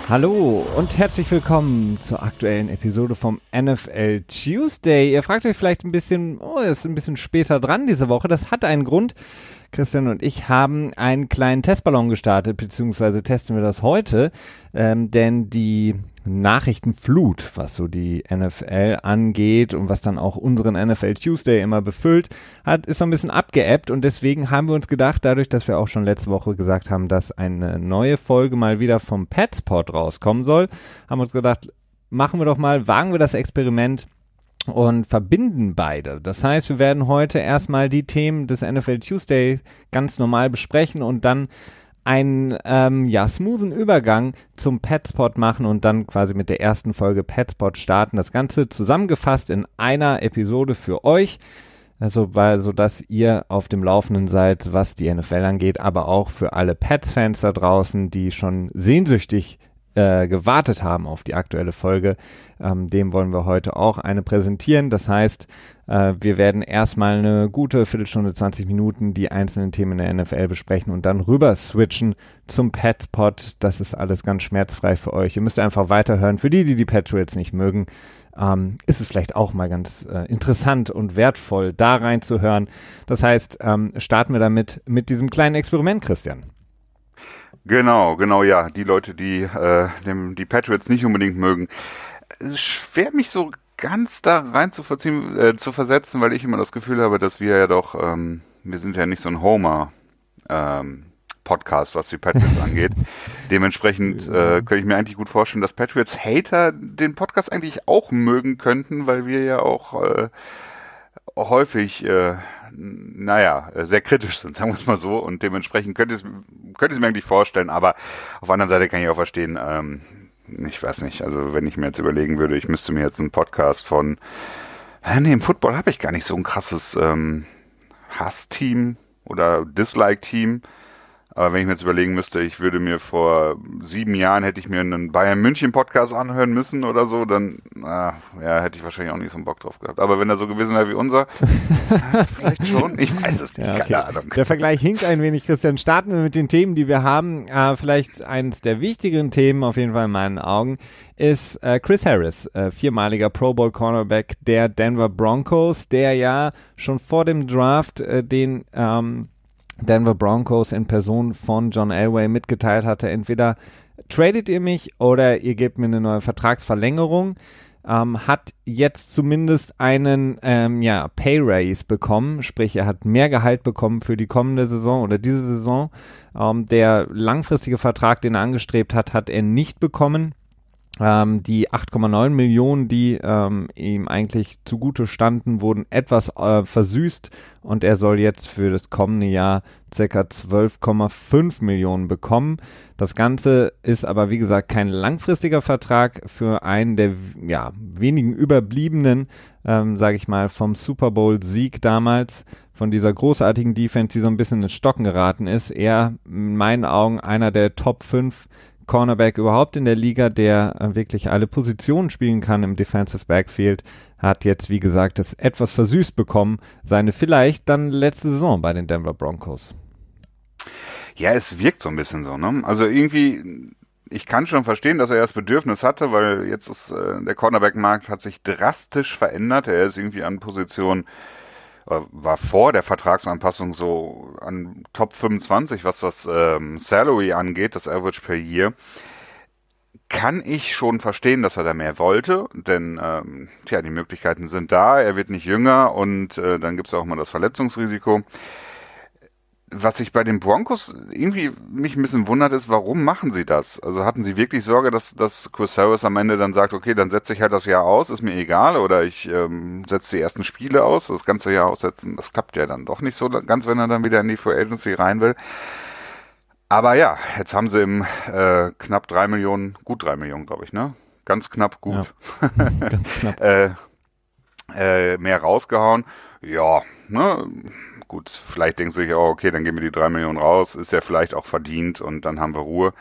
Hallo und herzlich willkommen zur aktuellen Episode vom NFL Tuesday. Ihr fragt euch vielleicht ein bisschen, ist ein bisschen später dran diese Woche. Das hat einen Grund. Christian und ich haben einen kleinen Testballon gestartet, beziehungsweise testen wir das heute, denn die Nachrichtenflut, was so die NFL angeht und was dann auch unseren NFL Tuesday immer befüllt hat, ist so ein bisschen abgeebbt und deswegen haben wir uns gedacht, dadurch, dass wir auch schon letzte Woche gesagt haben, dass eine neue Folge mal wieder vom Petspot rauskommen soll, haben wir uns gedacht, machen wir doch mal, wagen wir das Experiment und verbinden beide. Das heißt, wir werden heute erstmal die Themen des NFL Tuesday ganz normal besprechen und dann einen smoothen Übergang zum Petspot machen und dann quasi mit der ersten Folge Petspot starten. Das Ganze zusammengefasst in einer Episode für euch, sodass ihr auf dem Laufenden seid, was die NFL angeht, aber auch für alle Pets-Fans da draußen, die schon sehnsüchtig gewartet haben auf die aktuelle Folge. Dem wollen wir heute auch eine präsentieren. Das heißt, wir werden erstmal eine gute Viertelstunde, 20 Minuten die einzelnen Themen in der NFL besprechen und dann rüber switchen zum Petspot. Das ist alles ganz schmerzfrei für euch. Ihr müsst einfach weiterhören. Für die Patriots nicht mögen, ist es vielleicht auch mal ganz interessant und wertvoll, da reinzuhören. Das heißt, starten wir damit mit diesem kleinen Experiment, Christian. Genau, ja. Die Leute, die die Patriots nicht unbedingt mögen. Es ist schwer, mich so ganz da rein zu versetzen, weil ich immer das Gefühl habe, dass wir ja doch, wir sind ja nicht so ein Homer-Podcast, was die Patriots angeht. Dementsprechend könnte ich mir eigentlich gut vorstellen, dass Patriots-Hater den Podcast eigentlich auch mögen könnten, weil wir ja auch häufig sehr kritisch sind, sagen wir es mal so, und dementsprechend könnte ich es mir eigentlich vorstellen, aber auf der anderen Seite kann ich auch verstehen, ich weiß nicht, also wenn ich mir jetzt überlegen würde, ich müsste mir jetzt einen Podcast von, im Football habe ich gar nicht so ein krasses Hass-Team oder Dislike-Team, aber wenn ich mir jetzt überlegen müsste, ich würde mir vor 7 Jahren, hätte ich mir einen Bayern-München-Podcast anhören müssen oder so, dann hätte ich wahrscheinlich auch nicht so einen Bock drauf gehabt. Aber wenn er so gewesen wäre wie unser, vielleicht schon, ich weiß es nicht, ja, okay. Keine Ahnung. Der Vergleich hinkt ein wenig, Christian. Starten wir mit den Themen, die wir haben. Vielleicht eines der wichtigeren Themen, auf jeden Fall in meinen Augen, ist Chris Harris, 4-maliger Pro Bowl Cornerback der Denver Broncos, der ja schon vor dem Draft den Denver Broncos in Person von John Elway mitgeteilt hatte, entweder tradet ihr mich oder ihr gebt mir eine neue Vertragsverlängerung, hat jetzt zumindest einen Pay Raise bekommen, sprich er hat mehr Gehalt bekommen für die kommende Saison oder diese Saison. Der langfristige Vertrag, den er angestrebt hat, hat er nicht bekommen. Die 8,9 Millionen, die ihm eigentlich zugute standen, wurden etwas versüßt und er soll jetzt für das kommende Jahr ca. 12,5 Millionen bekommen. Das Ganze ist aber, wie gesagt, kein langfristiger Vertrag für einen der wenigen Überbliebenen, sage ich mal, vom Super Bowl-Sieg damals, von dieser großartigen Defense, die so ein bisschen ins Stocken geraten ist. Er, in meinen Augen, einer der Top 5 Cornerback überhaupt in der Liga, der wirklich alle Positionen spielen kann im Defensive Backfield, hat jetzt, wie gesagt, das etwas versüßt bekommen, seine vielleicht dann letzte Saison bei den Denver Broncos. Ja, es wirkt so ein bisschen so, ne? Also irgendwie, ich kann schon verstehen, dass er das Bedürfnis hatte, weil jetzt ist der Cornerback-Markt hat sich drastisch verändert. Er ist irgendwie an Position, war vor der Vertragsanpassung so an Top 25, was das Salary angeht, das Average per Year. Kann ich schon verstehen, dass er da mehr wollte, denn die Möglichkeiten sind da, er wird nicht jünger und dann gibt es auch mal das Verletzungsrisiko. Was ich bei den Broncos irgendwie mich ein bisschen wundert ist, warum machen sie das? Also hatten sie wirklich Sorge, dass Chris Harris am Ende dann sagt, okay, dann setze ich halt das Jahr aus, ist mir egal, oder ich setze die ersten Spiele aus, das ganze Jahr aussetzen, das klappt ja dann doch nicht so ganz, wenn er dann wieder in die Free Agency rein will. Aber ja, jetzt haben sie ihm knapp 3 Millionen, gut 3 Millionen, glaube ich, ne? Ganz knapp gut. Ja, ganz knapp. Mehr rausgehauen. Ja, ne? Gut, vielleicht denken sie sich, okay, dann geben wir die 3 Millionen raus, ist ja vielleicht auch verdient und dann haben wir Ruhe.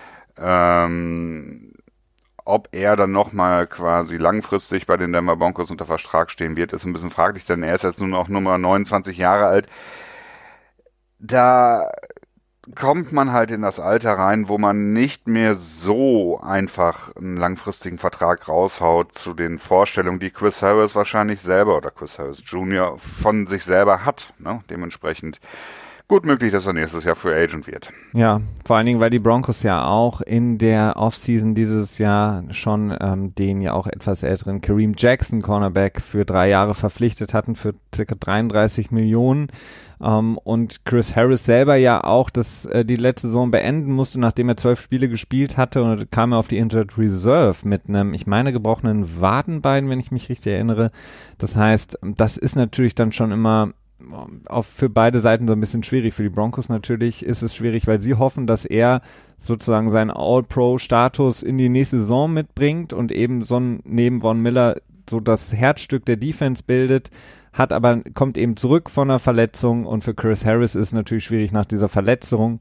Ob er dann nochmal quasi langfristig bei den Denver Broncos unter Vertrag stehen wird, ist ein bisschen fraglich, denn er ist jetzt nur noch Nummer 29 Jahre alt. Da kommt man halt in das Alter rein, wo man nicht mehr so einfach einen langfristigen Vertrag raushaut zu den Vorstellungen, die Chris Harris wahrscheinlich selber oder Chris Harris Jr. von sich selber hat. Ne? Dementsprechend gut möglich, dass er nächstes Jahr Free Agent wird. Ja, vor allen Dingen, weil die Broncos ja auch in der Offseason dieses Jahr schon den ja auch etwas älteren Kareem Jackson, Cornerback, für 3 Jahre verpflichtet hatten für ca. 33 Millionen. Und Chris Harris selber ja auch die letzte Saison beenden musste, nachdem er 12 Spiele gespielt hatte, und kam er auf die Injured Reserve mit einem, ich meine, gebrochenen Wadenbein, wenn ich mich richtig erinnere. Das heißt, das ist natürlich dann schon immer für beide Seiten so ein bisschen schwierig. Für die Broncos natürlich ist es schwierig, weil sie hoffen, dass er sozusagen seinen All-Pro-Status in die nächste Saison mitbringt und eben neben Von Miller so das Herzstück der Defense bildet, kommt eben zurück von einer Verletzung, und für Chris Harris ist es natürlich schwierig, nach dieser Verletzung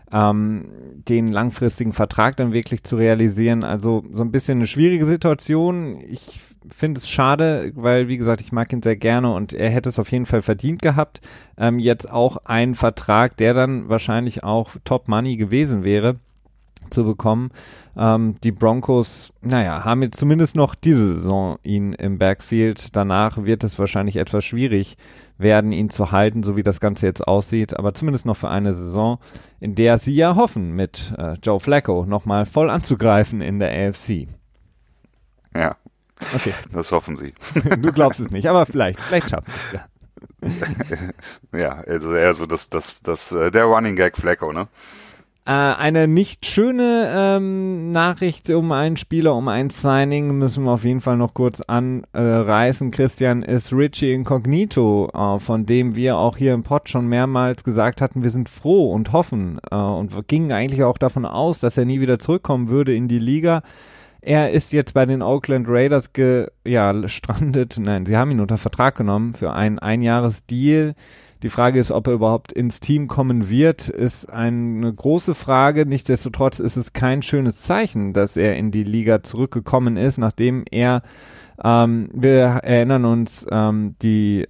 den langfristigen Vertrag dann wirklich zu realisieren. Also so ein bisschen eine schwierige Situation. Ich finde es schade, weil, wie gesagt, ich mag ihn sehr gerne und er hätte es auf jeden Fall verdient gehabt. Jetzt auch ein Vertrag, der dann wahrscheinlich auch Top Money gewesen wäre, zu bekommen. Die Broncos, haben jetzt zumindest noch diese Saison ihn im Backfield. Danach wird es wahrscheinlich etwas schwierig werden, ihn zu halten, so wie das Ganze jetzt aussieht. Aber zumindest noch für eine Saison, in der sie ja hoffen, mit Joe Flacco nochmal voll anzugreifen in der AFC. Ja, okay. Das hoffen sie. Du glaubst es nicht, aber vielleicht schaffen sie es, ja. Ja, also eher so der Running Gag Flacco, ne? Eine nicht schöne Nachricht um einen Spieler, um ein Signing, müssen wir auf jeden Fall noch kurz anreißen, Christian, ist Richie Incognito, von dem wir auch hier im Pod schon mehrmals gesagt hatten, wir sind froh und hoffen und gingen eigentlich auch davon aus, dass er nie wieder zurückkommen würde in die Liga. Er ist jetzt bei den Oakland Raiders gestrandet. Nein, sie haben ihn unter Vertrag genommen für einen Einjahresdeal. Die Frage ist, ob er überhaupt ins Team kommen wird, ist eine große Frage. Nichtsdestotrotz ist es kein schönes Zeichen, dass er in die Liga zurückgekommen ist, nachdem wir erinnern uns, die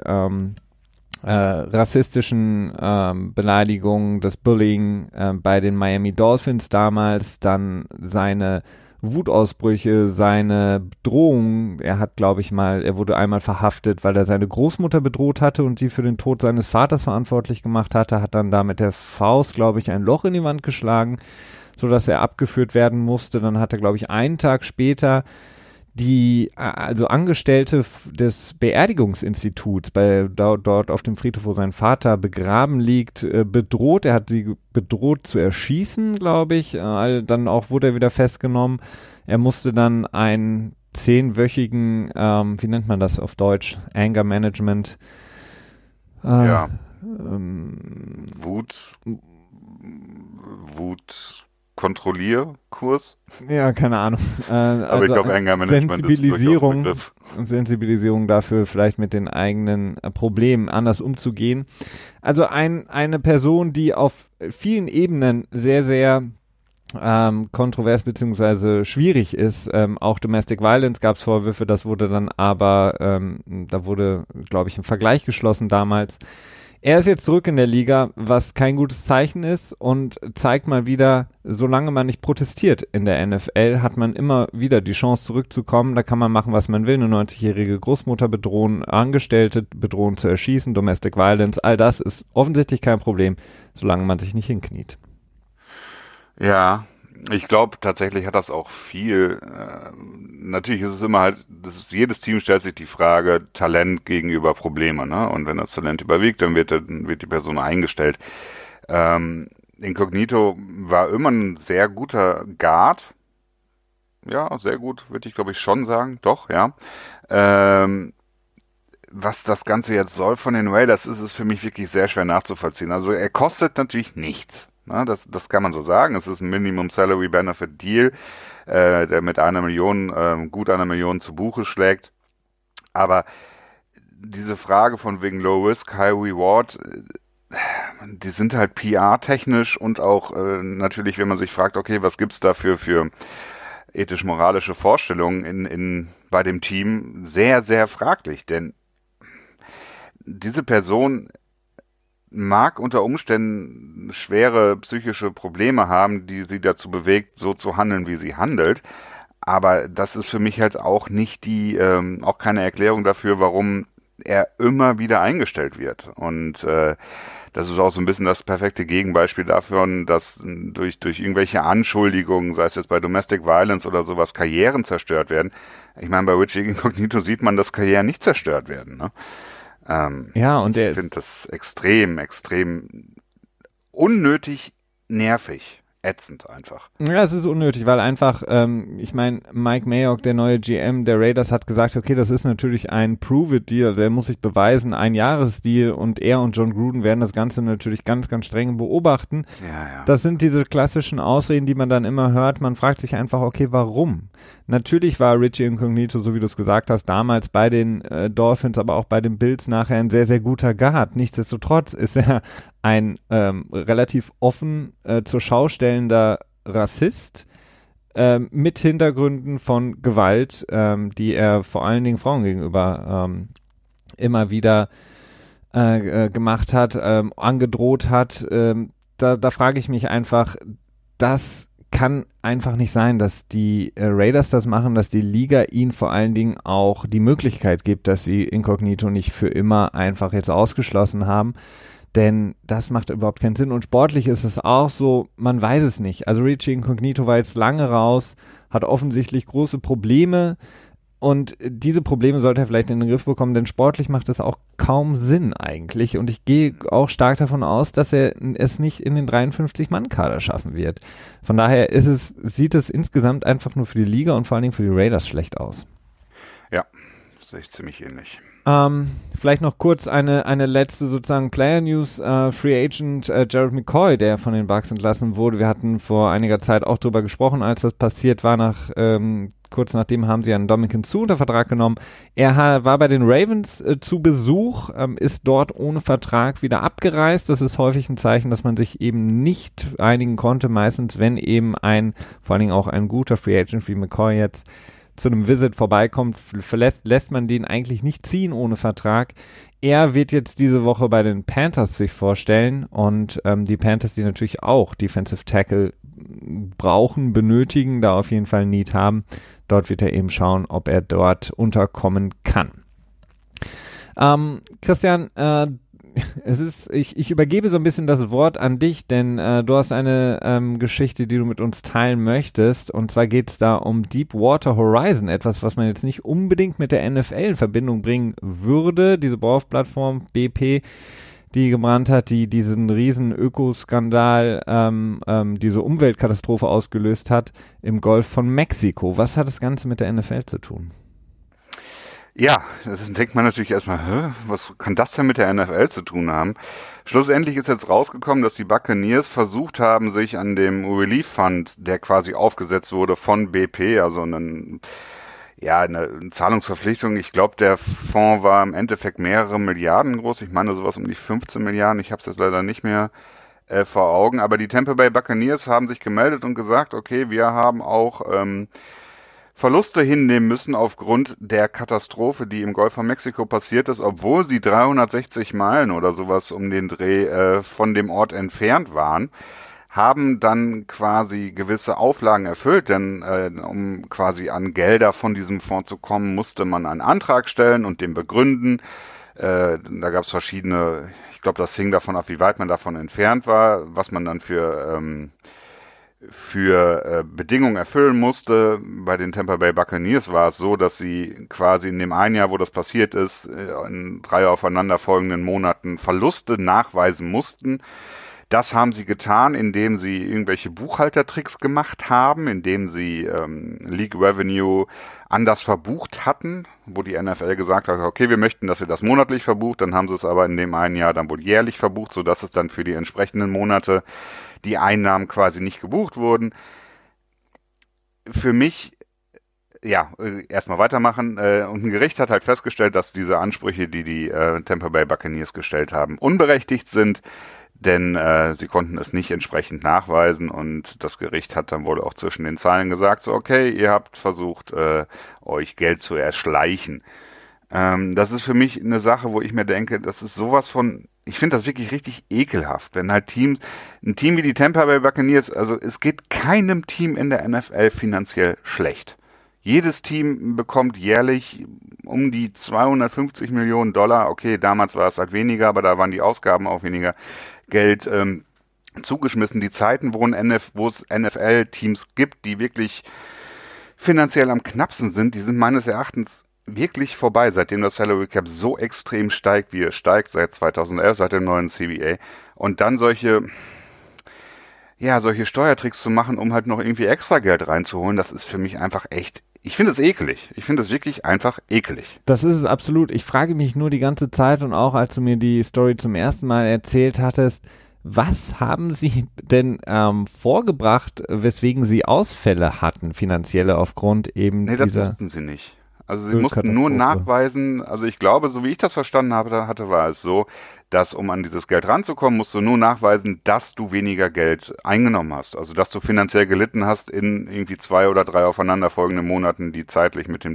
rassistischen Beleidigungen, das Bullying bei den Miami Dolphins damals, dann seine Wutausbrüche, seine Drohungen. Er wurde einmal verhaftet, weil er seine Großmutter bedroht hatte und sie für den Tod seines Vaters verantwortlich gemacht hatte, hat dann da mit der Faust, glaube ich, ein Loch in die Wand geschlagen, sodass er abgeführt werden musste. Dann hat er, glaube ich, einen Tag später die Angestellte des Beerdigungsinstituts dort auf dem Friedhof, wo sein Vater begraben liegt, bedroht. Er hat sie bedroht zu erschießen, glaube ich. Dann auch wurde er wieder festgenommen. Er musste dann einen 10-wöchigen, wie nennt man das auf Deutsch? Anger Management. Kontrollierkurs? Ja, keine Ahnung. Aber ich glaube, Anger Management ist Sensibilisierung dafür, vielleicht mit den eigenen Problemen anders umzugehen. Also eine Person, die auf vielen Ebenen sehr, sehr kontrovers bzw. schwierig ist. Auch Domestic Violence gab es Vorwürfe, das wurde dann aber, da wurde, glaube ich, ein Vergleich geschlossen damals. Er ist jetzt zurück in der Liga, was kein gutes Zeichen ist und zeigt mal wieder, solange man nicht protestiert in der NFL, hat man immer wieder die Chance zurückzukommen. Da kann man machen, was man will. Eine 90-jährige Großmutter bedrohen, Angestellte bedrohen zu erschießen, Domestic Violence, all das ist offensichtlich kein Problem, solange man sich nicht hinkniet. Ja, ich glaube, tatsächlich hat das auch viel, natürlich ist es immer halt, jedes Team stellt sich die Frage, Talent gegenüber Probleme, ne? Und wenn das Talent überwiegt, dann wird die Person eingestellt. Incognito war immer ein sehr guter Guard. Ja, sehr gut, würde ich glaube ich schon sagen. Doch, ja. Was das Ganze jetzt soll von den Raiders, ist es für mich wirklich sehr schwer nachzuvollziehen. Also er kostet natürlich nichts. Na, das kann man so sagen. Es ist ein Minimum Salary Benefit Deal, der mit gut einer Million zu Buche schlägt. Aber diese Frage von wegen Low Risk, High Reward, die sind halt PR-technisch und auch natürlich, wenn man sich fragt, okay, was gibt's da für ethisch-moralische Vorstellungen bei dem Team, sehr, sehr fraglich. Denn diese Person mag unter Umständen schwere psychische Probleme haben, die sie dazu bewegt, so zu handeln, wie sie handelt. Aber das ist für mich halt auch nicht auch keine Erklärung dafür, warum er immer wieder eingestellt wird. Und das ist auch so ein bisschen das perfekte Gegenbeispiel dafür, dass durch irgendwelche Anschuldigungen, sei es jetzt bei Domestic Violence oder sowas, Karrieren zerstört werden. Ich meine, bei Richie Incognito sieht man, dass Karrieren nicht zerstört werden. Ne? Ja, und ich finde das extrem, extrem unnötig nervig. Ätzend einfach. Ja, es ist unnötig, weil einfach, ich meine, Mike Mayock, der neue GM der Raiders, hat gesagt, okay, das ist natürlich ein Prove-It-Deal, der muss sich beweisen, ein Jahresdeal, und er und John Gruden werden das Ganze natürlich ganz, ganz streng beobachten. Ja. Das sind diese klassischen Ausreden, die man dann immer hört. Man fragt sich einfach, okay, warum? Natürlich war Richie Incognito, so wie du es gesagt hast, damals bei den Dolphins, aber auch bei den Bills nachher ein sehr, sehr guter Guard. Nichtsdestotrotz ist er ein relativ offen zur Schau stellender Rassist mit Hintergründen von Gewalt, die er vor allen Dingen Frauen gegenüber immer wieder gemacht hat, angedroht hat. Da frage ich mich einfach, das kann einfach nicht sein, dass die Raiders das machen, dass die Liga ihnen vor allen Dingen auch die Möglichkeit gibt, dass sie Incognito nicht für immer einfach jetzt ausgeschlossen haben. Denn das macht überhaupt keinen Sinn. Und sportlich ist es auch so, man weiß es nicht. Also Richie Incognito war jetzt lange raus, hat offensichtlich große Probleme. Und diese Probleme sollte er vielleicht in den Griff bekommen, denn sportlich macht es auch kaum Sinn eigentlich. Und ich gehe auch stark davon aus, dass er es nicht in den 53-Mann-Kader schaffen wird. Von daher sieht es insgesamt einfach nur für die Liga und vor allen Dingen für die Raiders schlecht aus. Ja, sehe ich ziemlich ähnlich. Vielleicht noch kurz eine letzte sozusagen Player-News. Free Agent Jared McCoy, der von den Bucks entlassen wurde. Wir hatten vor einiger Zeit auch drüber gesprochen, als das passiert war. Kurz nachdem haben sie einen Ndamukong Suh unter Vertrag genommen. Er war bei den Ravens zu Besuch, ist dort ohne Vertrag wieder abgereist. Das ist häufig ein Zeichen, dass man sich eben nicht einigen konnte. Meistens, wenn eben vor allen Dingen auch ein guter Free Agent wie McCoy jetzt zu einem Visit vorbeikommt, lässt man den eigentlich nicht ziehen ohne Vertrag. Er wird jetzt diese Woche bei den Panthers sich vorstellen, und die Panthers, die natürlich auch Defensive Tackle benötigen, da auf jeden Fall Need haben. Dort wird er eben schauen, ob er dort unterkommen kann. Christian, ich übergebe so ein bisschen das Wort an dich, denn du hast eine Geschichte, die du mit uns teilen möchtest, und zwar geht es da um Deepwater Horizon, etwas, was man jetzt nicht unbedingt mit der NFL in Verbindung bringen würde, diese Bohrplattform BP, die gebrannt hat, die diesen riesen Ökoskandal, diese Umweltkatastrophe ausgelöst hat im Golf von Mexiko. Was hat das Ganze mit der NFL zu tun? Ja, das denkt man natürlich erstmal, was kann das denn mit der NFL zu tun haben? Schlussendlich ist jetzt rausgekommen, dass die Buccaneers versucht haben, sich an dem Relief Fund, der quasi aufgesetzt wurde von BP, also eine Zahlungsverpflichtung. Ich glaube, der Fonds war im Endeffekt mehrere Milliarden groß. Ich meine sowas um die 15 Milliarden. Ich habe es jetzt leider nicht mehr vor Augen. Aber die Tampa Bay Buccaneers haben sich gemeldet und gesagt, okay, wir haben auch Verluste hinnehmen müssen aufgrund der Katastrophe, die im Golf von Mexiko passiert ist, obwohl sie 360 Meilen oder sowas um den Dreh von dem Ort entfernt waren, haben dann quasi gewisse Auflagen erfüllt, denn um quasi an Gelder von diesem Fonds zu kommen, musste man einen Antrag stellen und den begründen. Da gab es verschiedene, ich glaube, das hing davon ab, wie weit man davon entfernt war, was man dann für Bedingungen erfüllen musste. Bei den Tampa Bay Buccaneers war es so, dass sie quasi in dem einen Jahr, wo das passiert ist, in 3 aufeinanderfolgenden Monaten Verluste nachweisen mussten. Das haben sie getan, indem sie irgendwelche Buchhaltertricks gemacht haben, indem sie League Revenue anders verbucht hatten, wo die NFL gesagt hat, okay, wir möchten, dass ihr das monatlich verbucht, dann haben sie es aber in dem einen Jahr dann wohl jährlich verbucht, sodass es dann für die entsprechenden Monate die Einnahmen quasi nicht gebucht wurden. Für mich, erstmal weitermachen. Und ein Gericht hat halt festgestellt, dass diese Ansprüche, die Tampa Bay Buccaneers gestellt haben, unberechtigt sind, denn sie konnten es nicht entsprechend nachweisen, und das Gericht hat dann wohl auch zwischen den Zeilen gesagt, so okay, ihr habt versucht, euch Geld zu erschleichen. Das ist für mich eine Sache, wo ich mir denke, das ist sowas von ich finde das wirklich richtig ekelhaft, wenn halt ein Team wie die Tampa Bay Buccaneers, also es geht keinem Team in der NFL finanziell schlecht. Jedes Team bekommt jährlich um die 250 Millionen Dollar. Okay, damals war es halt weniger, aber da waren die Ausgaben auch weniger Geld zugeschmissen. Die Zeiten, wo es NFL-Teams gibt, die wirklich finanziell am knappsten sind, die sind meines Erachtens wirklich vorbei, seitdem das Salary Cap so extrem steigt, wie es steigt, seit 2011, seit dem neuen CBA. Und dann solche Steuertricks zu machen, um halt noch irgendwie extra Geld reinzuholen, das ist für mich einfach echt, ich finde es ekelig. Ich finde es wirklich einfach ekelig. Das ist es absolut. Ich frage mich nur die ganze Zeit und auch, als du mir die Story zum ersten Mal erzählt hattest, was haben Sie denn vorgebracht, weswegen Sie Ausfälle hatten, finanzielle, aufgrund eben Nee, das dieser wussten sie nicht. Also sie mussten nur nachweisen, also ich glaube, so wie ich das verstanden hatte, war es so, dass um an dieses Geld ranzukommen, musst du nur nachweisen, dass du weniger Geld eingenommen hast. Also dass du finanziell gelitten hast in irgendwie 2 oder 3 aufeinanderfolgenden Monaten, die zeitlich mit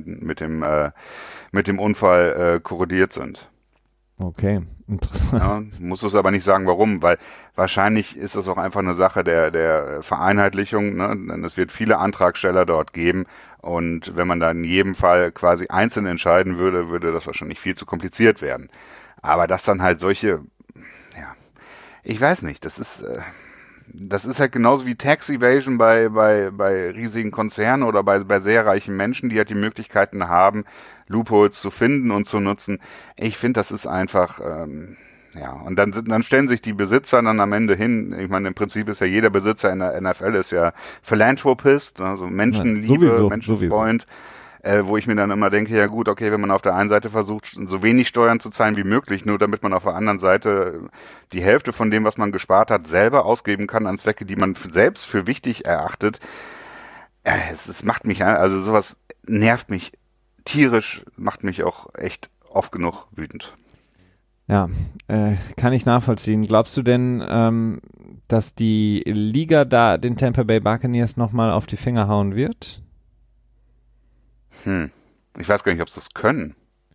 dem Unfall korreliert sind. Okay, interessant. Ja, musst es aber nicht sagen, warum, weil wahrscheinlich ist es auch einfach eine Sache der Vereinheitlichung, ne? Denn es wird viele Antragsteller dort geben und wenn man da in jedem Fall quasi einzeln entscheiden würde, würde das wahrscheinlich viel zu kompliziert werden. Aber dass dann halt solche, ja, ich weiß nicht, das ist halt genauso wie Tax Evasion bei riesigen Konzernen oder bei sehr reichen Menschen, die halt die Möglichkeiten haben, Loopholes zu finden und zu nutzen. Ich finde, das ist einfach, und dann stellen sich die Besitzer dann am Ende hin. Ich meine, im Prinzip ist ja jeder Besitzer in der NFL ist ja Philanthropist, also Menschenliebe, sowieso. Menschenfreund. Wo ich mir dann immer denke, ja gut, okay, wenn man auf der einen Seite versucht, so wenig Steuern zu zahlen wie möglich, nur damit man auf der anderen Seite die Hälfte von dem, was man gespart hat, selber ausgeben kann an Zwecke, die man selbst für wichtig erachtet. Es macht mich, also sowas nervt mich tierisch, macht mich auch echt oft genug wütend. Ja, kann ich nachvollziehen. Glaubst du denn, dass die Liga da den Tampa Bay Buccaneers nochmal auf die Finger hauen wird? Ich weiß gar nicht, ob sie das können.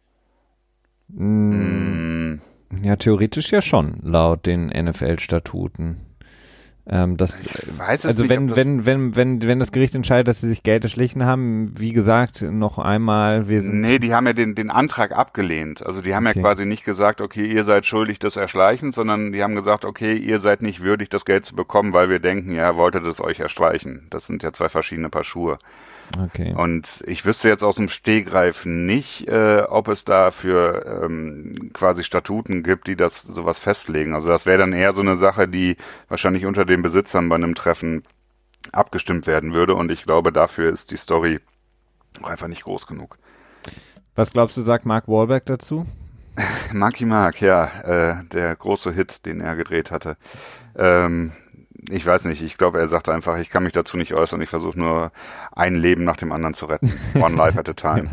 Ja, theoretisch ja schon, laut den NFL-Statuten. Ich weiß jetzt also nicht, wenn das Gericht entscheidet, dass sie sich Geld erschlichen haben, wie gesagt, noch einmal, Nee, die haben ja den Antrag abgelehnt. Also die haben ja quasi nicht gesagt, okay, ihr seid schuldig des Erschleichens, sondern die haben gesagt, okay, ihr seid nicht würdig, das Geld zu bekommen, weil wir denken, ja, wolltet es euch erschleichen. Das sind ja 2 verschiedene Paar Schuhe. Okay. Und ich wüsste jetzt aus dem Stegreif nicht, ob es dafür quasi Statuten gibt, die das sowas festlegen. Also das wäre dann eher so eine Sache, die wahrscheinlich unter den Besitzern bei einem Treffen abgestimmt werden würde. Und ich glaube, dafür ist die Story auch einfach nicht groß genug. Was glaubst du, sagt Mark Wahlberg dazu? Marky Mark, ja, der große Hit, den er gedreht hatte. Ich weiß nicht, ich glaube, er sagt einfach, ich kann mich dazu nicht äußern, ich versuche nur ein Leben nach dem anderen zu retten. One life at a time.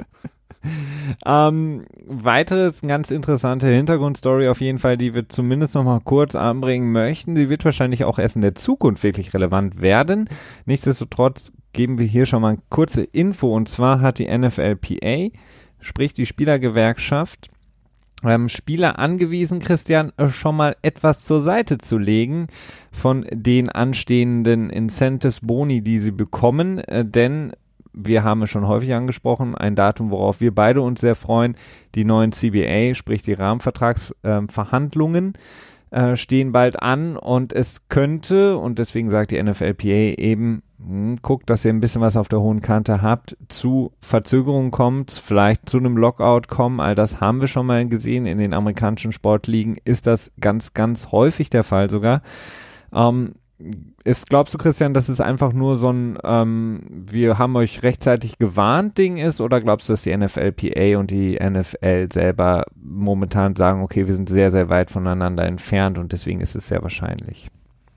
Weiteres ganz interessante Hintergrundstory auf jeden Fall, die wir zumindest noch mal kurz anbringen möchten. Sie wird wahrscheinlich auch erst in der Zukunft wirklich relevant werden. Nichtsdestotrotz geben wir hier schon mal eine kurze Info und zwar hat die NFLPA, sprich die Spielergewerkschaft, Spieler angewiesen, Christian, schon mal etwas zur Seite zu legen von den anstehenden Incentives, Boni, die sie bekommen, denn wir haben es schon häufig angesprochen, ein Datum, worauf wir beide uns sehr freuen, die neuen CBA, sprich die Rahmenvertragsverhandlungen, stehen bald an und es könnte, und deswegen sagt die NFLPA eben, guckt, dass ihr ein bisschen was auf der hohen Kante habt, zu Verzögerungen kommt, vielleicht zu einem Lockout kommen, all das haben wir schon mal gesehen, in den amerikanischen Sportligen ist das ganz, ganz häufig der Fall sogar. Glaubst du, Christian, dass es einfach nur so ein wir haben euch rechtzeitig gewarnt Ding ist, oder glaubst du, dass die NFLPA und die NFL selber momentan sagen, okay, wir sind sehr, sehr weit voneinander entfernt und deswegen ist es sehr wahrscheinlich?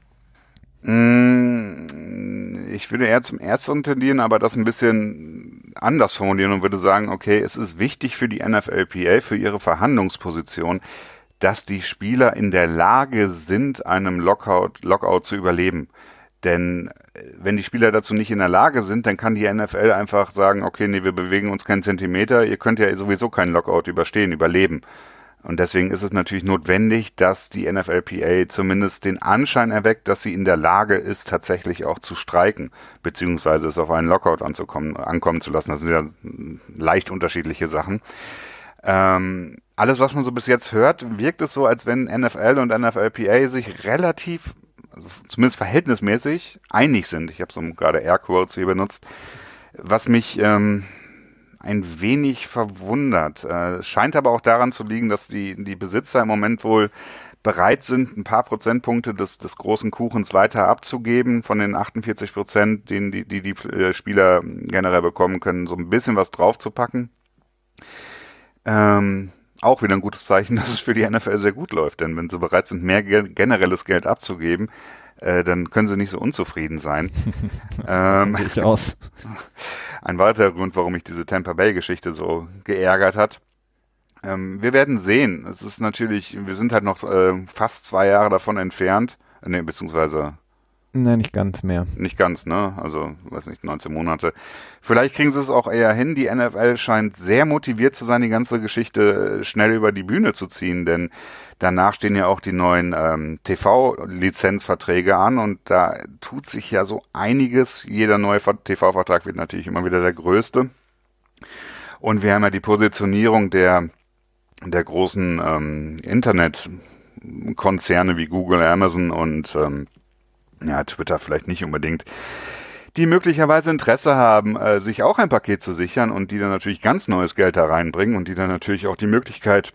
Ich würde eher zum Ersteren tendieren, aber das ein bisschen anders formulieren und würde sagen, okay, es ist wichtig für die NFLPA, für ihre Verhandlungsposition, dass die Spieler in der Lage sind, einem Lockout zu überleben. Denn wenn die Spieler dazu nicht in der Lage sind, dann kann die NFL einfach sagen, okay, nee, wir bewegen uns keinen Zentimeter, ihr könnt ja sowieso keinen Lockout überleben. Und deswegen ist es natürlich notwendig, dass die NFLPA zumindest den Anschein erweckt, dass sie in der Lage ist, tatsächlich auch zu streiken, beziehungsweise es auf einen Lockout ankommen zu lassen. Das sind ja leicht unterschiedliche Sachen. Alles, was man so bis jetzt hört, wirkt es so, als wenn NFL und NFLPA sich relativ, also zumindest verhältnismäßig, einig sind. Ich habe so gerade Airquotes hier benutzt, was mich ein wenig verwundert. Scheint aber auch daran zu liegen, dass die Besitzer im Moment wohl bereit sind, ein paar Prozentpunkte des großen Kuchens weiter abzugeben, von den 48%, den die Spieler generell bekommen können, so ein bisschen was draufzupacken. Auch wieder ein gutes Zeichen, dass es für die NFL sehr gut läuft, denn wenn sie bereit sind, mehr generelles Geld abzugeben, dann können sie nicht so unzufrieden sein. Durchaus. Ein weiterer Grund, warum mich diese Tampa Bay-Geschichte so geärgert hat. Wir werden sehen. Es ist natürlich, wir sind halt noch fast 2 Jahre davon entfernt, beziehungsweise Nein, nicht ganz mehr. nicht ganz, ne? Also, weiß nicht, 19 Monate. Vielleicht kriegen sie es auch eher hin. Die NFL scheint sehr motiviert zu sein, die ganze Geschichte schnell über die Bühne zu ziehen, denn danach stehen ja auch die neuen TV-Lizenzverträge an und da tut sich ja so einiges. Jeder neue TV-Vertrag wird natürlich immer wieder der größte. Und wir haben ja die Positionierung der großen Internetkonzerne wie Google, Amazon und Twitter vielleicht nicht unbedingt, die möglicherweise Interesse haben, sich auch ein Paket zu sichern und die dann natürlich ganz neues Geld da reinbringen und die dann natürlich auch die Möglichkeit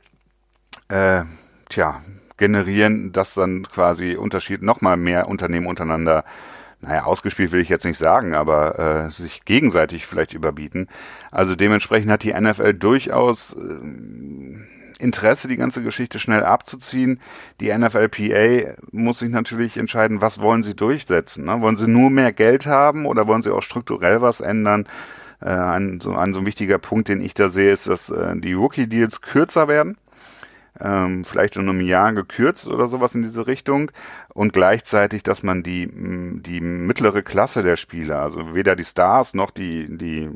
generieren, dass dann quasi nochmal mehr Unternehmen untereinander, ausgespielt will ich jetzt nicht sagen, aber sich gegenseitig vielleicht überbieten. Also dementsprechend hat die NFL durchaus Interesse, die ganze Geschichte schnell abzuziehen. Die NFLPA muss sich natürlich entscheiden, was wollen sie durchsetzen. Ne? Wollen sie nur mehr Geld haben oder wollen sie auch strukturell was ändern? Ein so ein wichtiger Punkt, den ich da sehe, ist, dass die Rookie-Deals kürzer werden. Vielleicht um ein Jahr gekürzt oder sowas in diese Richtung und gleichzeitig, dass man die mittlere Klasse der Spieler, also weder die Stars noch die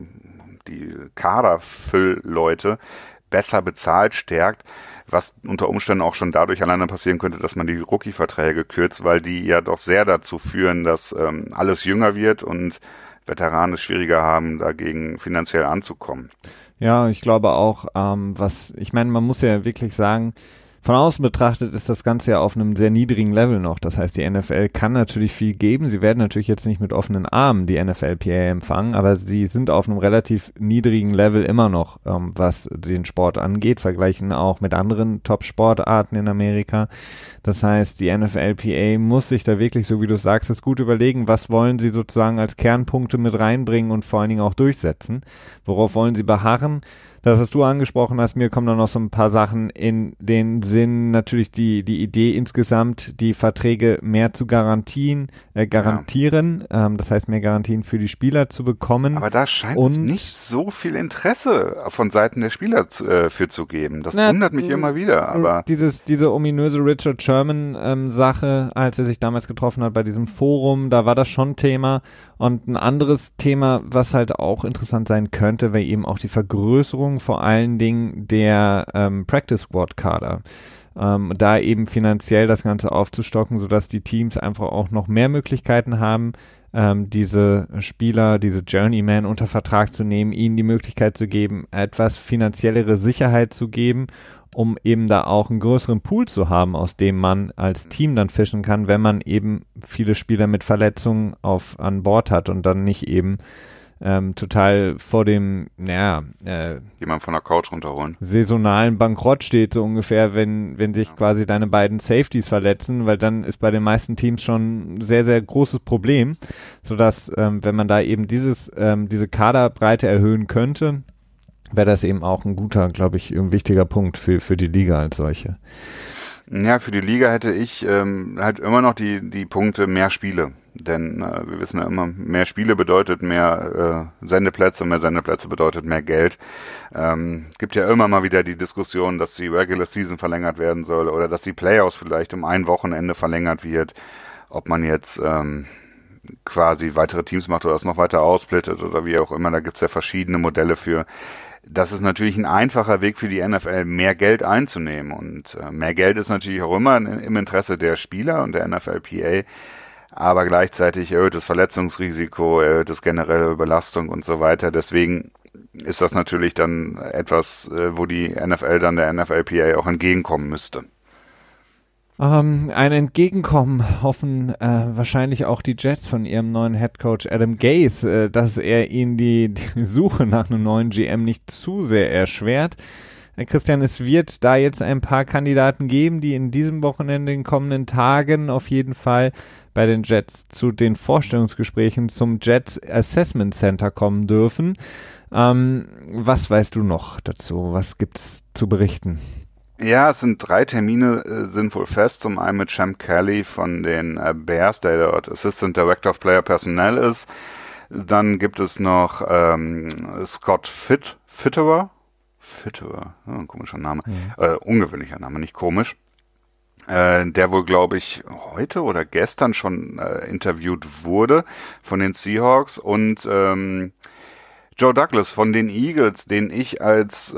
Kaderfüllleute besser bezahlt, stärkt, was unter Umständen auch schon dadurch alleine passieren könnte, dass man die Rookie-Verträge kürzt, weil die ja doch sehr dazu führen, dass alles jünger wird und Veteranen es schwieriger haben, dagegen finanziell anzukommen. Ja, ich glaube auch, man muss ja wirklich sagen, von außen betrachtet ist das Ganze ja auf einem sehr niedrigen Level noch. Das heißt, die NFL kann natürlich viel geben. Sie werden natürlich jetzt nicht mit offenen Armen die NFLPA empfangen, aber sie sind auf einem relativ niedrigen Level immer noch, was den Sport angeht, vergleichen auch mit anderen Top-Sportarten in Amerika. Das heißt, die NFLPA muss sich da wirklich, so wie du sagst, das gut überlegen, was wollen sie sozusagen als Kernpunkte mit reinbringen und vor allen Dingen auch durchsetzen. Worauf wollen sie beharren? Das, was du angesprochen hast, mir kommen da noch so ein paar Sachen in den Sinn. Natürlich die Idee insgesamt, die Verträge mehr zu garantieren, das heißt mehr Garantien für die Spieler zu bekommen. Aber da scheint es nicht so viel Interesse von Seiten der Spieler für zu geben. Das wundert mich immer wieder. Aber diese ominöse Richard Sherman Sache, als er sich damals getroffen hat bei diesem Forum, da war das schon Thema. Und ein anderes Thema, was halt auch interessant sein könnte, wäre eben auch die Vergrößerung vor allen Dingen der Practice Squad Kader. Da eben finanziell das Ganze aufzustocken, sodass die Teams einfach auch noch mehr Möglichkeiten haben, diese Spieler, diese Journeyman unter Vertrag zu nehmen, ihnen die Möglichkeit zu geben, etwas finanziellere Sicherheit zu geben, um eben da auch einen größeren Pool zu haben, aus dem man als Team dann fischen kann, wenn man eben viele Spieler mit Verletzungen an Bord hat und dann nicht eben total vor dem, jemand von der Couch runterholen. Saisonalen Bankrott steht, so ungefähr, wenn sich quasi deine beiden Safeties verletzen, weil dann ist bei den meisten Teams schon ein sehr, sehr großes Problem, sodass, wenn man da eben diese Kaderbreite erhöhen könnte, wäre das eben auch ein guter, glaube ich, ein wichtiger Punkt für die Liga als solche. Ja, für die Liga hätte ich halt immer noch die Punkte mehr Spiele. Denn wir wissen ja immer, mehr Spiele bedeutet mehr Sendeplätze, mehr Sendeplätze bedeutet mehr Geld. Gibt ja immer mal wieder die Diskussion, dass die Regular Season verlängert werden soll oder dass die Playoffs vielleicht um ein Wochenende verlängert wird. Ob man jetzt quasi weitere Teams macht oder es noch weiter aussplittet oder wie auch immer, da gibt's ja verschiedene Modelle für. das ist natürlich ein einfacher Weg für die NFL, mehr Geld einzunehmen. Und mehr Geld ist natürlich auch immer im Interesse der Spieler und der NFLPA, aber gleichzeitig erhöhtes Verletzungsrisiko, erhöhtes generelle Belastung und so weiter. Deswegen ist das natürlich dann etwas, wo die NFL dann der NFLPA auch entgegenkommen müsste. Ein Entgegenkommen hoffen wahrscheinlich auch die Jets von ihrem neuen Headcoach Adam Gase, dass er ihnen die Suche nach einem neuen GM nicht zu sehr erschwert. Christian, es wird da jetzt ein paar Kandidaten geben, die in diesem Wochenende, in den kommenden Tagen auf jeden Fall bei den Jets zu den Vorstellungsgesprächen zum Jets Assessment Center kommen dürfen. Was weißt du noch dazu? Was gibt's zu berichten? Ja, es sind 3 Termine, sind wohl fest. Zum einen mit Champ Kelly von den Bears, der dort Assistant Director of Player Personnel ist. Dann gibt es noch Scott Fitterer, ein komischer Name, ungewöhnlicher Name, nicht komisch. Der wohl, glaube ich, heute oder gestern schon interviewt wurde von den Seahawks. Und Joe Douglas von den Eagles, den ich als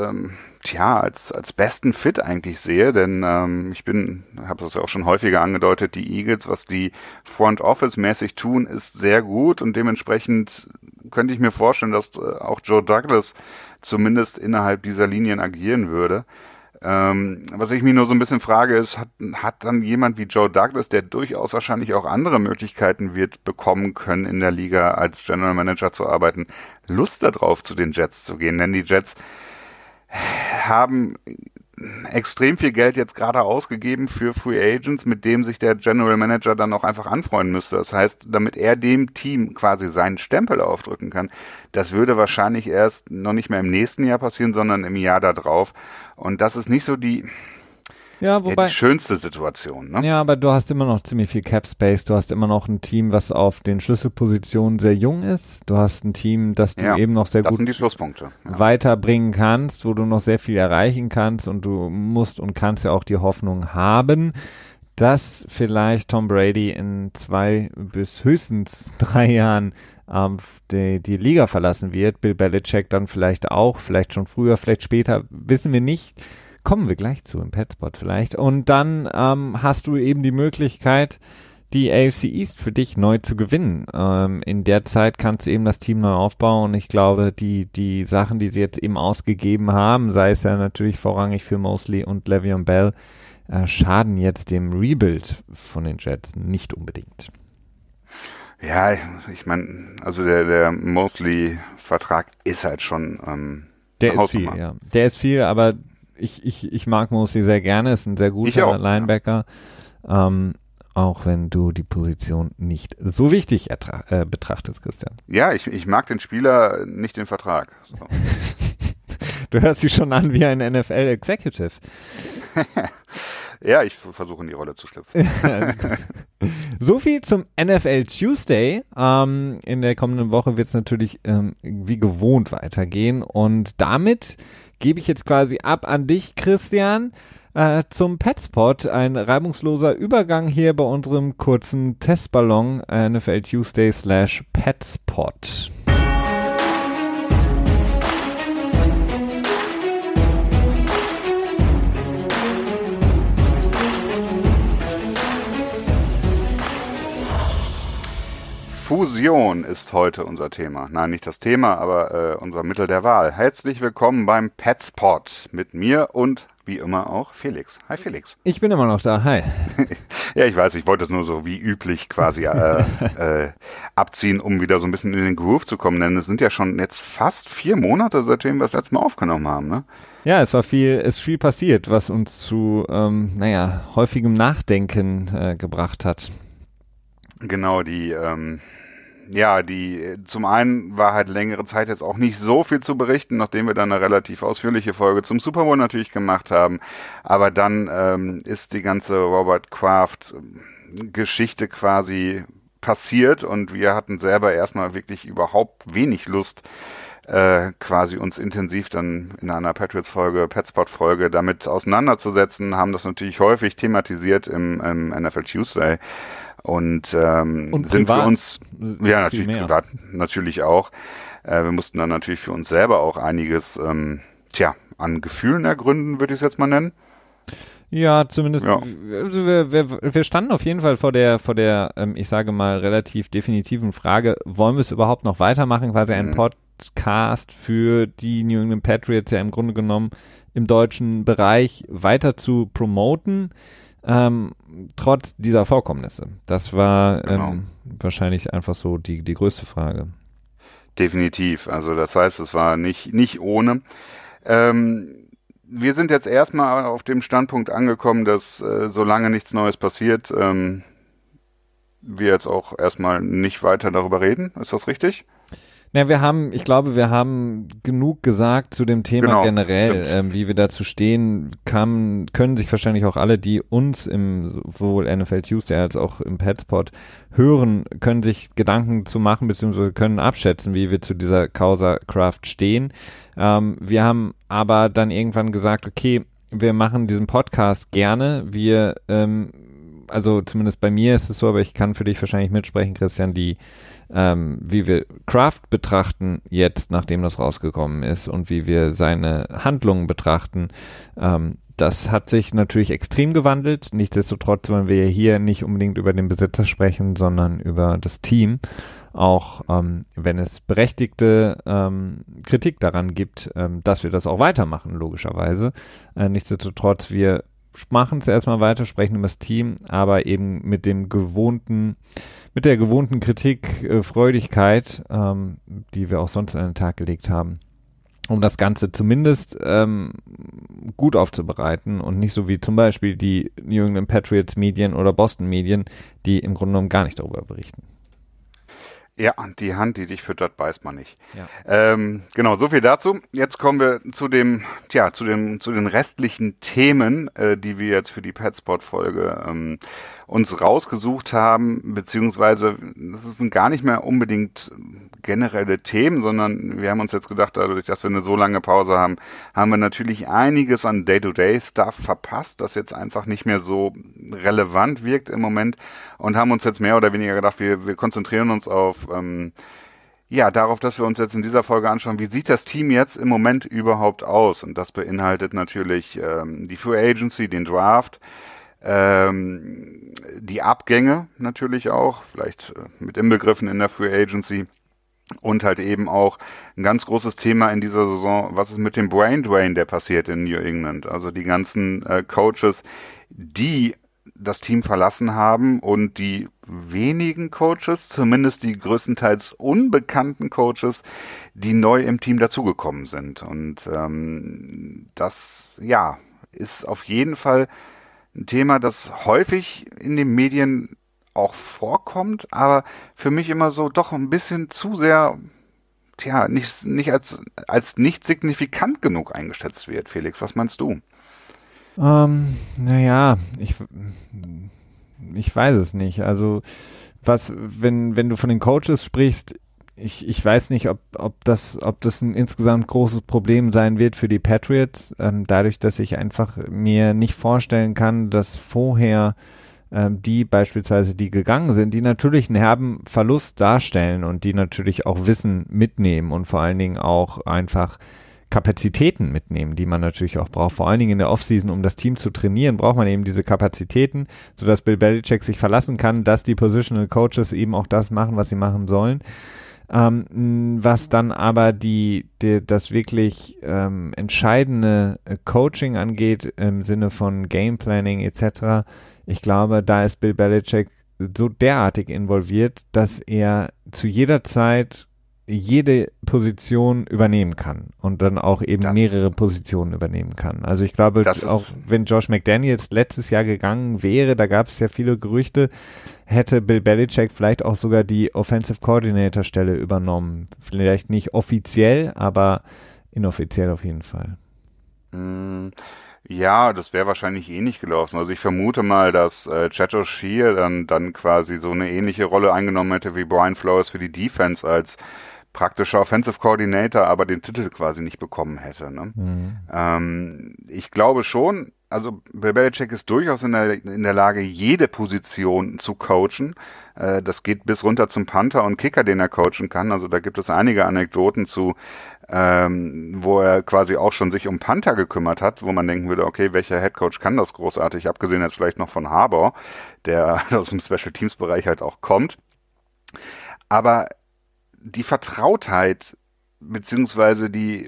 besten Fit eigentlich sehe, denn habe das ja auch schon häufiger angedeutet, die Eagles, was die Front Office mäßig tun, ist sehr gut und dementsprechend könnte ich mir vorstellen, dass auch Joe Douglas zumindest innerhalb dieser Linien agieren würde. Was ich mich nur so ein bisschen frage ist, hat dann jemand wie Joe Douglas, der durchaus wahrscheinlich auch andere Möglichkeiten wird bekommen können, in der Liga als General Manager zu arbeiten, Lust darauf, zu den Jets zu gehen? Denn die Jets haben extrem viel Geld jetzt gerade ausgegeben für Free Agents, mit dem sich der General Manager dann auch einfach anfreunden müsste. Das heißt, damit er dem Team quasi seinen Stempel aufdrücken kann, das würde wahrscheinlich erst noch nicht mehr im nächsten Jahr passieren, sondern im Jahr darauf. Und das ist nicht so die schönste Situation. Ne? Ja, aber du hast immer noch ziemlich viel Cap Space. Du hast immer noch ein Team, was auf den Schlüsselpositionen sehr jung ist. Du hast ein Team, das du eben noch sehr gut sind die Pluspunkte. weiterbringen kannst, wo du noch sehr viel erreichen kannst und du musst und kannst ja auch die Hoffnung haben, dass vielleicht Tom Brady in 2 bis höchstens 3 Jahren die Liga verlassen wird. Bill Belichick dann vielleicht auch, vielleicht schon früher, vielleicht später, wissen wir nicht. Kommen wir gleich zu im Petspot vielleicht. Und dann hast du eben die Möglichkeit, die AFC East für dich neu zu gewinnen. In der Zeit kannst du eben das Team neu aufbauen und ich glaube, die Sachen, die sie jetzt eben ausgegeben haben, sei es ja natürlich vorrangig für Mosley und Le'Veon Bell, schaden jetzt dem Rebuild von den Jets nicht unbedingt. Ja, ich meine, also der Mosley-Vertrag ist halt schon der ist viel, ja. Der ist viel, aber ich mag Mosley sehr gerne, ist ein sehr guter Linebacker, auch wenn du die Position nicht so wichtig betrachtest, Christian. Ja, ich mag den Spieler, nicht den Vertrag. So. Du hörst dich schon an wie ein NFL-Executive. Ja, ich versuche in die Rolle zu schlüpfen. So viel zum NFL Tuesday. In der kommenden Woche wird es natürlich wie gewohnt weitergehen. Und damit gebe ich jetzt quasi ab an dich, Christian, zum Petspot. Ein reibungsloser Übergang hier bei unserem kurzen Testballon NFL Tuesday /Petspot. Fusion ist heute unser Thema. Nein, nicht das Thema, aber unser Mittel der Wahl. Herzlich willkommen beim Petspot mit mir und wie immer auch Felix. Hi Felix. Ich bin immer noch da. Hi. Ja, ich weiß, ich wollte es nur so wie üblich quasi abziehen, um wieder so ein bisschen in den Groove zu kommen, denn es sind ja schon jetzt fast 4 Monate, seitdem wir das letzte Mal aufgenommen haben, ne? Ja, es ist viel passiert, was uns zu, häufigem Nachdenken gebracht hat. Genau, die zum einen war halt längere Zeit jetzt auch nicht so viel zu berichten, nachdem wir dann eine relativ ausführliche Folge zum Super Bowl natürlich gemacht haben. Aber dann ist die ganze Robert Kraft Geschichte quasi passiert und wir hatten selber erstmal wirklich überhaupt wenig Lust, quasi uns intensiv dann in einer Patriots-Folge, Petspot-Folge damit auseinanderzusetzen, haben das natürlich häufig thematisiert im NFL Tuesday. Und, Und sind privat, für uns, ja, natürlich viel mehr. privat natürlich auch. Wir mussten dann natürlich für uns selber auch einiges, an Gefühlen ergründen, würde ich es jetzt mal nennen. Ja, zumindest, Ja. also wir standen auf jeden Fall vor der, ich sage mal, relativ definitiven Frage, wollen wir es überhaupt noch weitermachen, quasi einen Podcast für die New England Patriots ja im Grunde genommen im deutschen Bereich weiter zu promoten, trotz dieser Vorkommnisse. Das war Genau. wahrscheinlich einfach so die größte Frage. Definitiv. Also das heißt, es war nicht ohne. Wir sind jetzt erstmal auf dem Standpunkt angekommen, dass solange nichts Neues passiert, wir jetzt auch erstmal nicht weiter darüber reden. Ist das richtig? Ja, ich glaube, wir haben genug gesagt zu dem Thema Genau, generell, wie wir dazu stehen, können sich wahrscheinlich auch alle, die uns im sowohl NFL Tuesday als auch im Petspot hören, können sich Gedanken zu machen, beziehungsweise können abschätzen, wie wir zu dieser Causa Craft stehen. Wir haben aber dann irgendwann gesagt, okay, wir machen diesen Podcast gerne. Also zumindest bei mir ist es so, aber ich kann für dich wahrscheinlich mitsprechen, Christian, wie wir Kraft betrachten jetzt, nachdem das rausgekommen ist und wie wir seine Handlungen betrachten, das hat sich natürlich extrem gewandelt. Nichtsdestotrotz wollen wir hier nicht unbedingt über den Besitzer sprechen, sondern über das Team. Auch wenn es berechtigte Kritik daran gibt, dass wir das auch weitermachen, logischerweise. Nichtsdestotrotz, wir machen es erstmal weiter, sprechen über das Team, aber eben mit der gewohnten Kritik, Freudigkeit, die wir auch sonst an den Tag gelegt haben, um das Ganze zumindest gut aufzubereiten und nicht so wie zum Beispiel die New England Patriots Medien oder Boston Medien, die im Grunde genommen gar nicht darüber berichten. Ja, die Hand, die dich füttert, beißt man nicht. Ja. Genau, so viel dazu. Jetzt kommen wir zu den restlichen Themen, die wir jetzt für die Petspot-Folge uns rausgesucht haben, beziehungsweise das sind gar nicht mehr unbedingt generelle Themen, sondern wir haben uns jetzt gedacht, dadurch, dass wir eine so lange Pause haben, haben wir natürlich einiges an Day-to-Day-Stuff verpasst, das jetzt einfach nicht mehr so relevant wirkt im Moment und haben uns jetzt mehr oder weniger gedacht, wir konzentrieren uns auf darauf, dass wir uns jetzt in dieser Folge anschauen, wie sieht das Team jetzt im Moment überhaupt aus? Und das beinhaltet natürlich die Free Agency, den Draft, die Abgänge natürlich auch, vielleicht mit inbegriffen in der Free Agency und halt eben auch ein ganz großes Thema in dieser Saison, was ist mit dem Brain Drain, der passiert in New England? Also die ganzen Coaches, die das Team verlassen haben und die wenigen Coaches, zumindest die größtenteils unbekannten Coaches, die neu im Team dazugekommen sind. Und das, ist auf jeden Fall ein Thema, das häufig in den Medien auch vorkommt, aber für mich immer so doch ein bisschen zu sehr, nicht als nicht signifikant genug eingeschätzt wird. Felix, was meinst du? Naja, ich weiß es nicht. Also wenn du von den Coaches sprichst, ich weiß nicht, ob das ein insgesamt großes Problem sein wird für die Patriots, dadurch, dass ich einfach mir nicht vorstellen kann, dass vorher die beispielsweise, die gegangen sind, die natürlich einen herben Verlust darstellen und die natürlich auch Wissen mitnehmen und vor allen Dingen auch einfach Kapazitäten mitnehmen, die man natürlich auch braucht. Vor allen Dingen in der Offseason, um das Team zu trainieren, braucht man eben diese Kapazitäten, sodass Bill Belichick sich verlassen kann, dass die Positional Coaches eben auch das machen, was sie machen sollen. Was dann aber das wirklich entscheidende Coaching angeht, im Sinne von Game Planning etc., ich glaube, da ist Bill Belichick so derartig involviert, dass er zu jeder Zeit jede Position übernehmen kann und dann auch eben mehrere Positionen übernehmen kann. Also ich glaube, auch wenn Josh McDaniels letztes Jahr gegangen wäre, da gab es ja viele Gerüchte, hätte Bill Belichick vielleicht auch sogar die Offensive Coordinator Stelle übernommen. Vielleicht nicht offiziell, aber inoffiziell auf jeden Fall. Ja, das wäre wahrscheinlich ähnlich gelaufen. Also ich vermute mal, dass Chad O'Shea dann quasi so eine ähnliche Rolle eingenommen hätte wie Brian Flores für die Defense als praktischer Offensive Coordinator, aber den Titel quasi nicht bekommen hätte. Ne? Ich glaube schon, also Bill Belichick ist durchaus in der Lage, jede Position zu coachen. Das geht bis runter zum Punter und Kicker, den er coachen kann. Also da gibt es einige Anekdoten zu, wo er quasi auch schon sich um Punter gekümmert hat, wo man denken würde, okay, welcher Headcoach kann das großartig? Abgesehen jetzt vielleicht noch von Harbaugh, der aus dem Special Teams Bereich halt auch kommt. Aber die Vertrautheit beziehungsweise die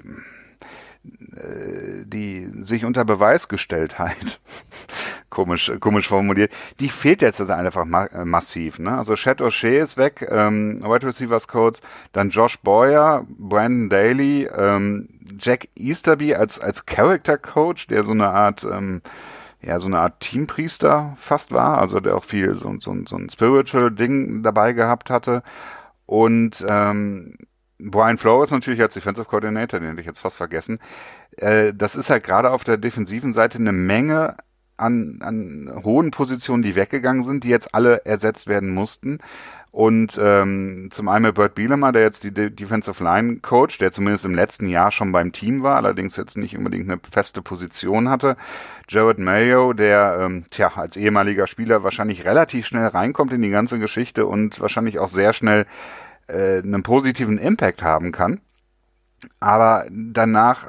sich unter Beweis gestellt halt, komisch formuliert, die fehlt jetzt also einfach massiv. Ne? Also Chet O'Shea ist weg, Wide Receivers Coach, dann Josh Boyer, Brandon Daly, Jack Easterby als Character Coach, der so eine Art Teampriester fast war, also der auch viel so ein Spiritual Ding dabei gehabt hatte. Und Brian Flores natürlich als Defensive Coordinator, den hätte ich jetzt fast vergessen. Das ist halt gerade auf der defensiven Seite eine Menge an hohen Positionen, die weggegangen sind, die jetzt alle ersetzt werden mussten. Und zum einen mit Bert Bielema, der jetzt die Defensive Line Coach, der zumindest im letzten Jahr schon beim Team war, allerdings jetzt nicht unbedingt eine feste Position hatte. Jared Mayo, der als ehemaliger Spieler wahrscheinlich relativ schnell reinkommt in die ganze Geschichte und wahrscheinlich auch sehr schnell einen positiven Impact haben kann. Aber danach,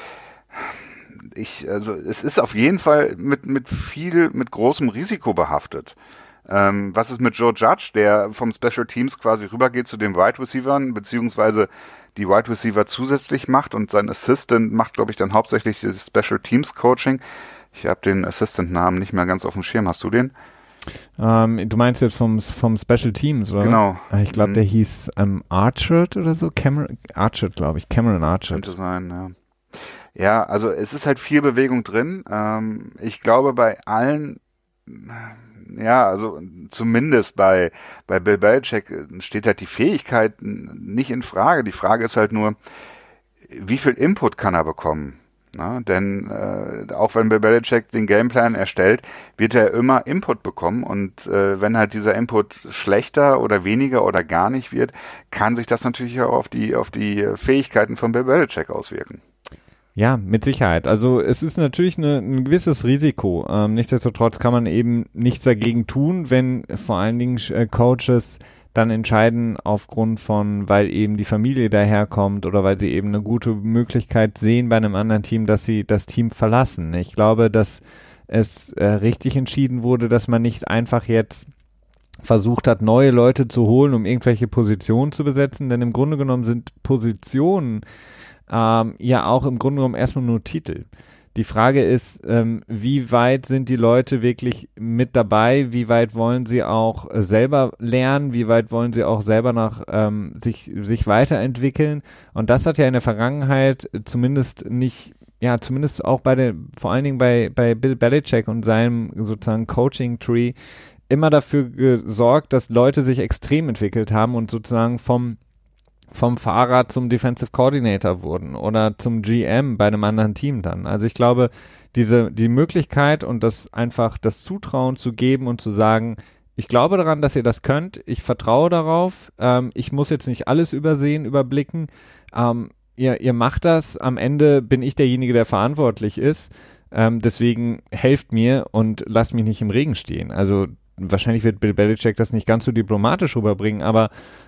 es ist auf jeden Fall mit großem Risiko behaftet. Was ist mit Joe Judge, der vom Special Teams quasi rübergeht zu den Wide Receivern, beziehungsweise die Wide Receiver zusätzlich macht und sein Assistant macht, glaube ich, dann hauptsächlich das Special Teams Coaching. Ich habe den Assistant-Namen nicht mehr ganz auf dem Schirm. Hast du den? Du meinst jetzt vom Special Teams, oder? Genau. Ich glaube, der hieß Archard oder so. Cameron Archard. Könnte sein, ja. Ja, also es ist halt viel Bewegung drin. Ich glaube, bei allen, ja, also zumindest bei Bill Belichick steht halt die Fähigkeit nicht in Frage. Die Frage ist halt nur, wie viel Input kann er bekommen? Na, denn auch wenn Bill Belichick den Gameplan erstellt, wird er immer Input bekommen und wenn halt dieser Input schlechter oder weniger oder gar nicht wird, kann sich das natürlich auch auf die Fähigkeiten von Bill Belichick auswirken. Ja, mit Sicherheit. Also es ist natürlich ein gewisses Risiko. Nichtsdestotrotz kann man eben nichts dagegen tun, wenn vor allen Dingen Coaches dann entscheiden aufgrund von, weil eben die Familie daherkommt oder weil sie eben eine gute Möglichkeit sehen bei einem anderen Team, dass sie das Team verlassen. Ich glaube, dass es richtig entschieden wurde, dass man nicht einfach jetzt versucht hat, neue Leute zu holen, um irgendwelche Positionen zu besetzen, denn im Grunde genommen sind Positionen ja auch im Grunde genommen erstmal nur Titel. Die Frage ist, wie weit sind die Leute wirklich mit dabei? Wie weit wollen sie auch selber lernen? Wie weit wollen sie auch selber sich weiterentwickeln? Und das hat ja in der Vergangenheit zumindest auch vor allen Dingen bei Bill Belichick und seinem sozusagen Coaching-Tree immer dafür gesorgt, dass Leute sich extrem entwickelt haben und sozusagen vom Fahrer zum Defensive Coordinator wurden oder zum GM bei einem anderen Team dann. Also ich glaube, die Möglichkeit und das Zutrauen zu geben und zu sagen, ich glaube daran, dass ihr das könnt, ich vertraue darauf, ich muss jetzt nicht alles überblicken, ihr macht das, am Ende bin ich derjenige, der verantwortlich ist, deswegen helft mir und lasst mich nicht im Regen stehen. Also wahrscheinlich wird Bill Belichick das nicht ganz so diplomatisch rüberbringen, aber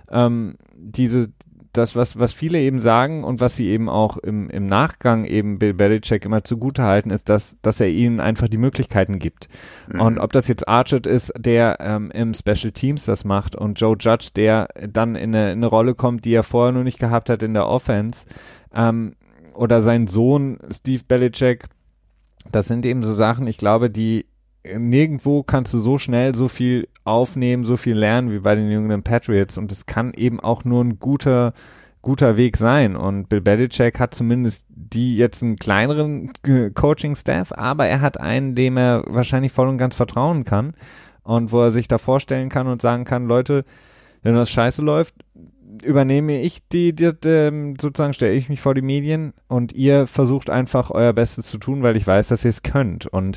das, was viele eben sagen und was sie eben auch im Nachgang eben Bill Belichick immer zugutehalten, ist, dass er ihnen einfach die Möglichkeiten gibt. Mhm. Und ob das jetzt Archard ist, der im Special Teams das macht und Joe Judge, der dann in eine Rolle kommt, die er vorher noch nicht gehabt hat in der Offense, oder sein Sohn Steve Belichick, das sind eben so Sachen, ich glaube, die nirgendwo kannst du so schnell so viel aufnehmen, so viel lernen wie bei den New England Patriots und es kann eben auch nur ein guter Weg sein und Bill Belichick hat zumindest jetzt einen kleineren Coaching-Staff, aber er hat einen, dem er wahrscheinlich voll und ganz vertrauen kann und wo er sich da vorstellen kann und sagen kann, Leute, wenn das scheiße läuft, übernehme ich sozusagen stelle ich mich vor die Medien und ihr versucht einfach euer Bestes zu tun, weil ich weiß, dass ihr es könnt und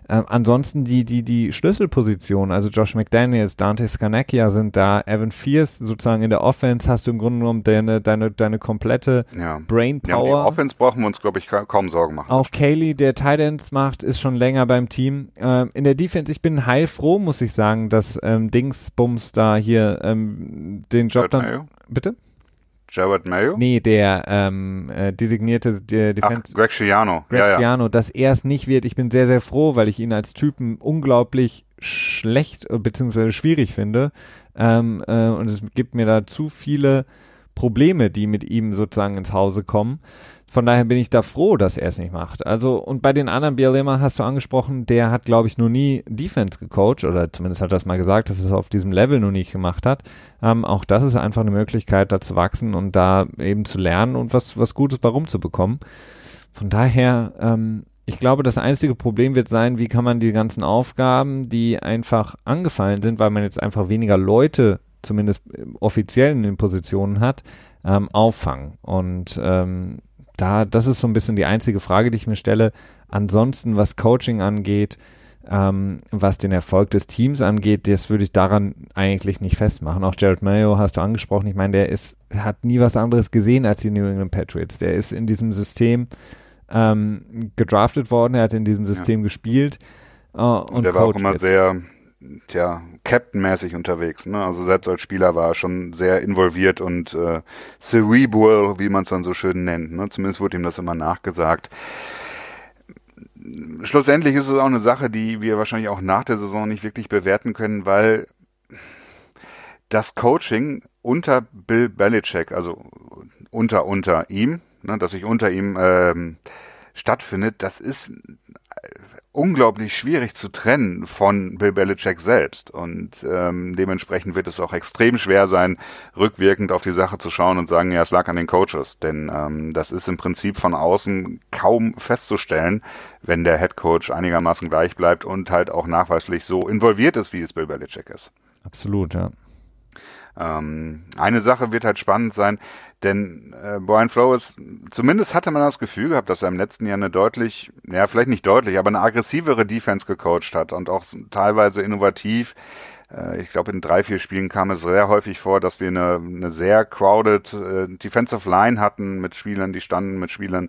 Ansonsten die Schlüsselpositionen, also Josh McDaniels, Dante Scarnecchia sind da, Evan Fierce sozusagen in der Offense hast du im Grunde genommen deine komplette Brainpower. Ja, die Offense brauchen wir uns, glaube ich, kaum Sorgen machen. Auch Kaylee, der Tight Ends macht, ist schon länger beim Team. In der Defense, ich bin heilfroh, muss ich sagen, dass Dingsbums da hier den Job dann... Mayo? Bitte? Jared Mayo? Nee, der designierte Defense... Greg Schiano. Greg Schiano, dass er es nicht wird. Ich bin sehr, sehr froh, weil ich ihn als Typen unglaublich schlecht bzw. schwierig finde. Und es gibt mir da zu viele Probleme, die mit ihm sozusagen ins Hause kommen. Von daher bin ich da froh, dass er es nicht macht. Also, und bei den anderen, Bielema hast du angesprochen, der hat, glaube ich, noch nie Defense gecoacht, oder zumindest hat er das mal gesagt, dass er es auf diesem Level noch nicht gemacht hat. Auch das ist einfach eine Möglichkeit, da zu wachsen und da eben zu lernen und was Gutes bei rumzubekommen. Von daher, ich glaube, das einzige Problem wird sein, wie kann man die ganzen Aufgaben, die einfach angefallen sind, weil man jetzt einfach weniger Leute, zumindest offiziell in den Positionen hat, auffangen. Und das ist so ein bisschen die einzige Frage, die ich mir stelle. Ansonsten, was Coaching angeht, was den Erfolg des Teams angeht, das würde ich daran eigentlich nicht festmachen. Auch Jared Mayo hast du angesprochen. Ich meine, der hat nie was anderes gesehen als die New England Patriots. Der ist in diesem System gedraftet worden, er hat in diesem System gespielt. Und der war auch immer sehr Captain-mäßig unterwegs, ne? Also selbst als Spieler war er schon sehr involviert und cerebral, wie man es dann so schön nennt, ne? Zumindest wurde ihm das immer nachgesagt. Schlussendlich ist es auch eine Sache, die wir wahrscheinlich auch nach der Saison nicht wirklich bewerten können, weil das Coaching unter Bill Belichick, also unter ihm, ne, dass sich unter ihm stattfindet, das ist unglaublich schwierig zu trennen von Bill Belichick selbst und dementsprechend wird es auch extrem schwer sein, rückwirkend auf die Sache zu schauen und sagen, ja, es lag an den Coaches, denn das ist im Prinzip von außen kaum festzustellen, wenn der Head Coach einigermaßen gleich bleibt und halt auch nachweislich so involviert ist, wie es Bill Belichick ist. Absolut, ja. Eine Sache wird halt spannend sein, denn Brian Flores, zumindest hatte man das Gefühl gehabt, dass er im letzten Jahr eine deutlich, ja vielleicht nicht deutlich, aber eine aggressivere Defense gecoacht hat und auch teilweise innovativ. Ich glaube, in 3-4 Spielen kam es sehr häufig vor, dass wir eine sehr crowded Defensive Line hatten mit Spielern, die standen mit Spielern,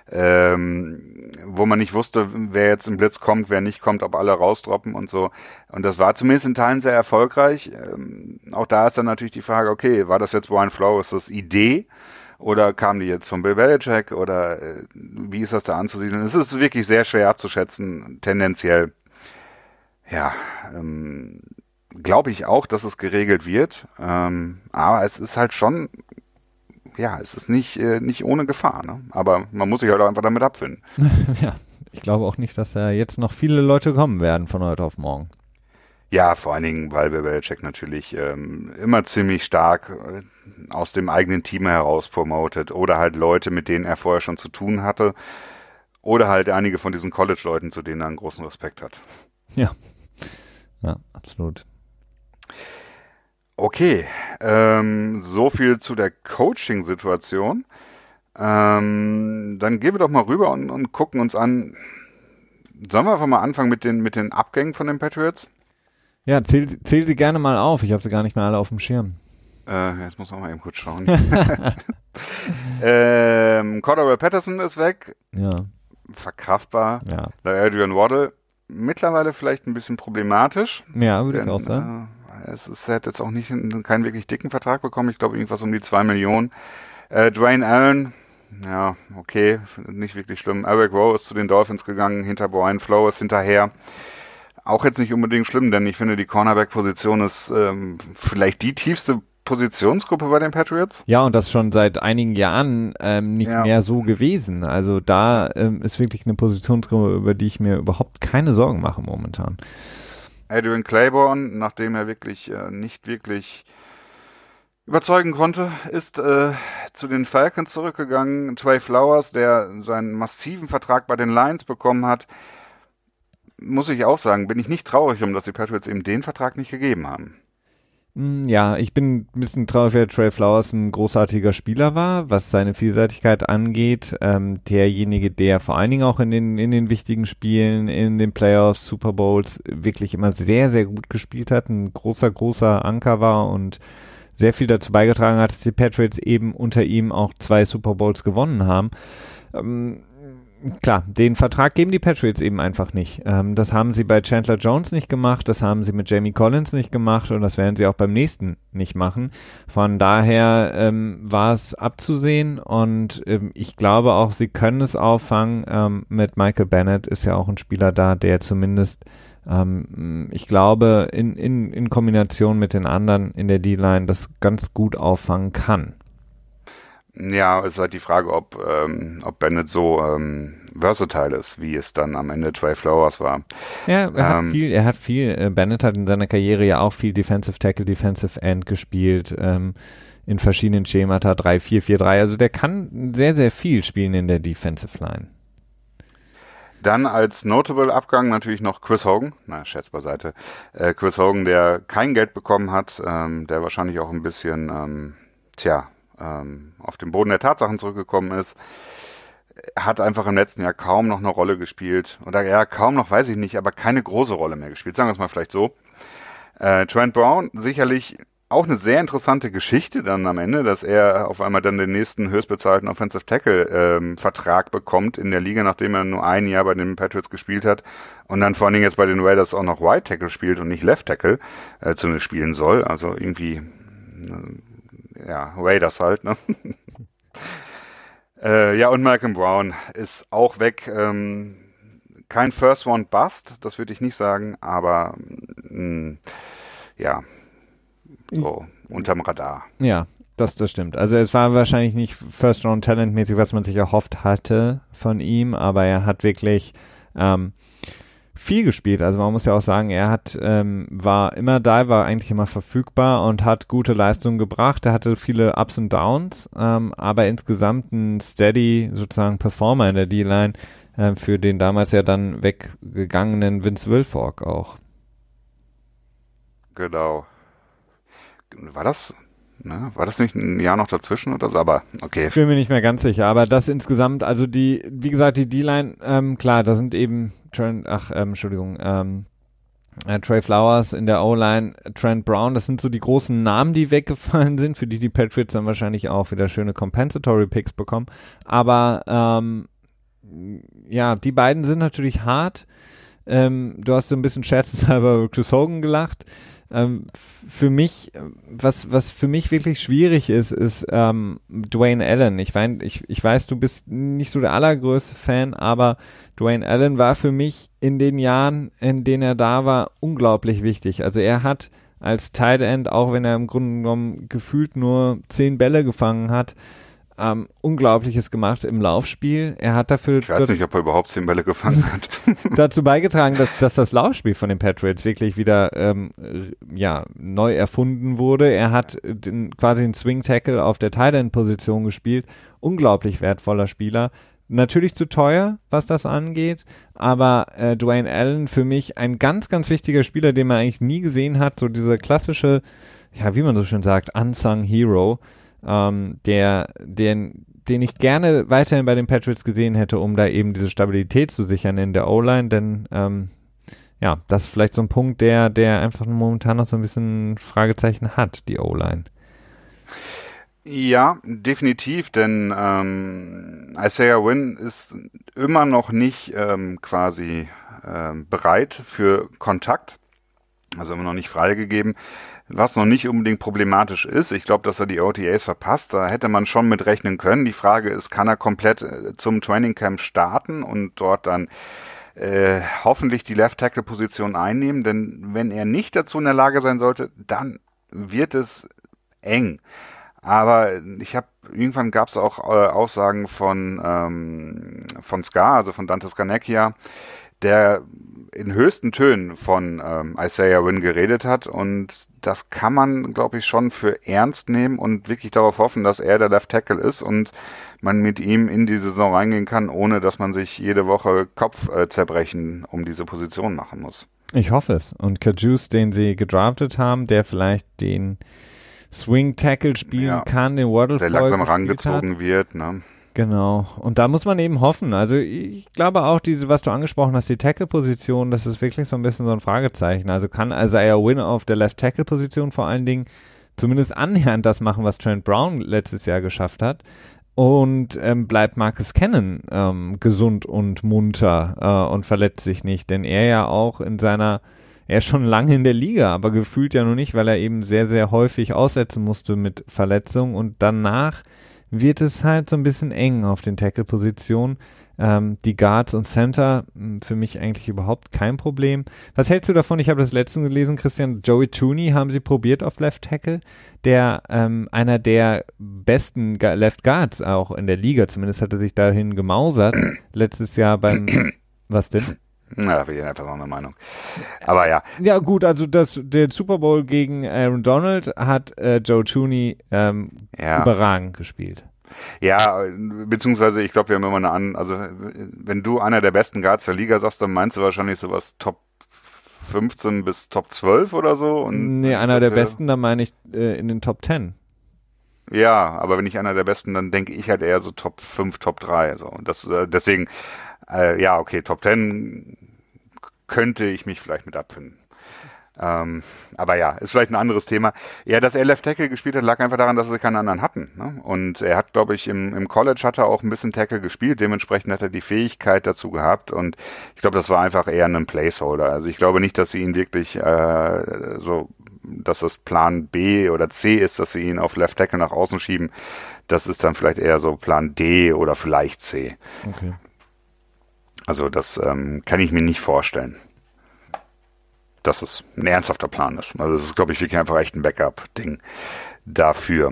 wo man nicht wusste, wer jetzt im Blitz kommt, wer nicht kommt, ob alle rausdroppen und so. Und das war zumindest in Teilen sehr erfolgreich. Auch da ist dann natürlich die Frage, okay, war das jetzt Brian Flores das Idee oder kam die jetzt von Bill Belichick oder wie ist das da anzusiedeln? Es ist wirklich sehr schwer abzuschätzen, tendenziell. Ja, glaube ich auch, dass es geregelt wird, aber es ist halt schon, ja, es ist nicht ohne Gefahr, ne? Aber man muss sich halt auch einfach damit abfinden. Ja, ich glaube auch nicht, dass da jetzt noch viele Leute kommen werden von heute auf morgen. Ja, vor allen Dingen, weil Belichick natürlich immer ziemlich stark aus dem eigenen Team heraus promotet oder halt Leute, mit denen er vorher schon zu tun hatte oder halt einige von diesen College-Leuten, zu denen er einen großen Respekt hat. Ja, absolut. Okay, so viel zu der Coaching-Situation. Dann gehen wir doch mal rüber und gucken uns an. Sollen wir einfach mal anfangen mit den Abgängen von den Patriots? Ja, zähl sie gerne mal auf. Ich habe sie gar nicht mehr alle auf dem Schirm. Jetzt muss man mal eben kurz schauen. Cordell Patterson ist weg. Ja. Verkraftbar. Ja. Adrian Waddle mittlerweile vielleicht ein bisschen problematisch. Ja, würde ich auch sagen. Er hat jetzt auch keinen wirklich dicken Vertrag bekommen. Ich glaube, irgendwas um die 2 Millionen. Dwayne Allen, ja, okay, nicht wirklich schlimm. Eric Rowe ist zu den Dolphins gegangen, hinter Brian Flores hinterher. Auch jetzt nicht unbedingt schlimm, denn ich finde, die Cornerback-Position ist vielleicht die tiefste Positionsgruppe bei den Patriots. Ja, und das schon seit einigen Jahren nicht mehr so gewesen. Also da ist wirklich eine Positionsgruppe, über die ich mir überhaupt keine Sorgen mache momentan. Adrian Claiborne, nachdem er wirklich nicht wirklich überzeugen konnte, ist zu den Falcons zurückgegangen. Trey Flowers, der seinen massiven Vertrag bei den Lions bekommen hat, muss ich auch sagen, bin ich nicht traurig dass die Patriots eben den Vertrag nicht gegeben haben. Ja, ich bin ein bisschen traurig, weil Trey Flowers ein großartiger Spieler war, was seine Vielseitigkeit angeht. Derjenige, der vor allen Dingen auch in den wichtigen Spielen, in den Playoffs, Super Bowls wirklich immer sehr, sehr gut gespielt hat, ein großer Anker war und sehr viel dazu beigetragen hat, dass die Patriots eben unter ihm auch 2 Super Bowls gewonnen haben. Klar, den Vertrag geben die Patriots eben einfach nicht. Das haben sie bei Chandler Jones nicht gemacht, das haben sie mit Jamie Collins nicht gemacht und das werden sie auch beim nächsten nicht machen. Von daher war es abzusehen und ich glaube auch, sie können es auffangen. Mit Michael Bennett ist ja auch ein Spieler da, der zumindest ich glaube, in Kombination mit den anderen in der D-Line das ganz gut auffangen kann. Ja, es ist halt die Frage, ob Bennett so versatile ist, wie es dann am Ende Trey Flowers war. Ja, Bennett hat in seiner Karriere ja auch viel Defensive Tackle, Defensive End gespielt, in verschiedenen Schemata, 3-4-4-3, also der kann sehr, sehr viel spielen in der Defensive Line. Dann als notable Abgang natürlich noch Chris Hogan, Scherz beiseite, Chris Hogan, der kein Geld bekommen hat, der wahrscheinlich auch ein bisschen, auf den Boden der Tatsachen zurückgekommen ist, hat einfach im letzten Jahr kaum noch eine Rolle gespielt. Oder ja, kaum noch, weiß ich nicht, aber keine große Rolle mehr gespielt. Sagen wir es mal vielleicht so. Trent Brown, sicherlich auch eine sehr interessante Geschichte dann am Ende, dass er auf einmal dann den nächsten höchstbezahlten Offensive Tackle Vertrag bekommt in der Liga, nachdem er nur ein Jahr bei den Patriots gespielt hat und dann vor allen Dingen jetzt bei den Raiders auch noch Right Tackle spielt und nicht Left Tackle zumindest spielen soll. Also irgendwie Raiders halt, ne? Und Malcolm Brown ist auch weg. Kein First Round Bust, das würde ich nicht sagen, aber so unterm Radar. Ja, das stimmt. Also es war wahrscheinlich nicht First Round Talent mäßig, was man sich erhofft hatte von ihm, aber er hat wirklich viel gespielt. Also man muss ja auch sagen, er war immer da, war eigentlich immer verfügbar und hat gute Leistungen gebracht. Er hatte viele Ups und Downs, aber insgesamt ein steady sozusagen Performer in der D-Line für den damals ja dann weggegangenen Vince Wilfork auch. Genau. War das nicht ein Jahr noch dazwischen oder so? Aber okay. Ich bin mir nicht mehr ganz sicher, aber das insgesamt, also wie gesagt, die D-Line, klar, da sind eben Trey Flowers in der O-Line, Trent Brown, das sind so die großen Namen, die weggefallen sind, für die Patriots dann wahrscheinlich auch wieder schöne Compensatory Picks bekommen. Aber die beiden sind natürlich hart. Du hast so ein bisschen scherzhalber über Chris Hogan gelacht. Für mich, was für mich wirklich schwierig ist Dwayne Allen. Ich weiß, du bist nicht so der allergrößte Fan, aber Dwayne Allen war für mich in den Jahren, in denen er da war, unglaublich wichtig. Also er hat als Tight End, auch wenn er im Grunde genommen gefühlt nur 10 Bälle gefangen hat, Unglaubliches gemacht im Laufspiel. Er hat dafür... Ich weiß nicht, ob er überhaupt 10 Bälle gefangen hat. dazu beigetragen, dass das Laufspiel von den Patriots wirklich wieder neu erfunden wurde. Er hat quasi den Swing-Tackle auf der Tight-End-Position gespielt. Unglaublich wertvoller Spieler. Natürlich zu teuer, was das angeht, aber Dwayne Allen für mich ein ganz, ganz wichtiger Spieler, den man eigentlich nie gesehen hat. So dieser klassische, wie man so schön sagt, Unsung Hero, den ich gerne weiterhin bei den Patriots gesehen hätte, um da eben diese Stabilität zu sichern in der O-Line, denn das ist vielleicht so ein Punkt, der einfach momentan noch so ein bisschen Fragezeichen hat, die O-Line. Ja, definitiv, denn Isaiah Wynn ist immer noch nicht bereit für Kontakt, also immer noch nicht freigegeben. Was noch nicht unbedingt problematisch ist. Ich glaube, dass er die OTAs verpasst. Da hätte man schon mit rechnen können. Die Frage ist, kann er komplett zum Training Camp starten und dort dann hoffentlich die Left-Tackle-Position einnehmen? Denn wenn er nicht dazu in der Lage sein sollte, dann wird es eng. Aber irgendwann gab es auch Aussagen von Ska, also von Dante Scarnecchia, der in höchsten Tönen von Isaiah Wynn geredet hat und das kann man, glaube ich, schon für ernst nehmen und wirklich darauf hoffen, dass er der Left Tackle ist und man mit ihm in die Saison reingehen kann, ohne dass man sich jede Woche Kopfzerbrechen um diese Position machen muss. Ich hoffe es. Und Kajus, den sie gedraftet haben, der vielleicht den Swing Tackle spielen kann, den Waddle der langsam rangezogen wird, ne? Genau. Und da muss man eben hoffen. Also ich glaube auch, was du angesprochen hast, die Tackle-Position, das ist wirklich so ein bisschen so ein Fragezeichen. Also kann Isaiah Wynn auf der Left-Tackle-Position vor allen Dingen zumindest annähernd das machen, was Trent Brown letztes Jahr geschafft hat. Und bleibt Marcus Cannon gesund und munter und verletzt sich nicht. Denn er ja auch er ist schon lange in der Liga, aber gefühlt ja noch nicht, weil er eben sehr, sehr häufig aussetzen musste mit Verletzungen. Und danach wird es halt so ein bisschen eng auf den Tackle-Positionen. Die Guards und Center für mich eigentlich überhaupt kein Problem. Was hältst du davon? Ich habe das letztens gelesen, Christian, Joey Thuney haben sie probiert auf Left Tackle, der einer der besten Left Guards auch in der Liga, zumindest hat er sich dahin gemausert, letztes Jahr was denn? Na, da bin ich einfach so eine Meinung. Aber ja. Ja gut, also der Super Bowl gegen Aaron Donald hat Joe Thuney überragend gespielt. Ja, beziehungsweise ich glaube, wir haben immer also wenn du einer der besten Guards der Liga sagst, dann meinst du wahrscheinlich sowas Top 15 bis Top 12 oder so. Und nee, einer der besten, da meine ich in den Top 10. Ja, aber wenn ich einer der besten, dann denke ich halt eher so Top 5, Top 3. So. Und deswegen, ja, okay, Top 10 könnte ich mich vielleicht mit abfinden. Aber ja, ist vielleicht ein anderes Thema. Ja, dass er Left Tackle gespielt hat, lag einfach daran, dass sie keinen anderen hatten. Ne? Und er hat, glaube ich, im College hat er auch ein bisschen Tackle gespielt. Dementsprechend hat er die Fähigkeit dazu gehabt. Und ich glaube, das war einfach eher ein Placeholder. Also ich glaube nicht, dass sie ihn wirklich dass das Plan B oder C ist, dass sie ihn auf Left Tackle nach außen schieben. Das ist dann vielleicht eher so Plan D oder vielleicht C. Okay. Also das kann ich mir nicht vorstellen, dass es ein ernsthafter Plan ist. Also das ist, glaube ich, wirklich einfach echt ein Backup-Ding dafür.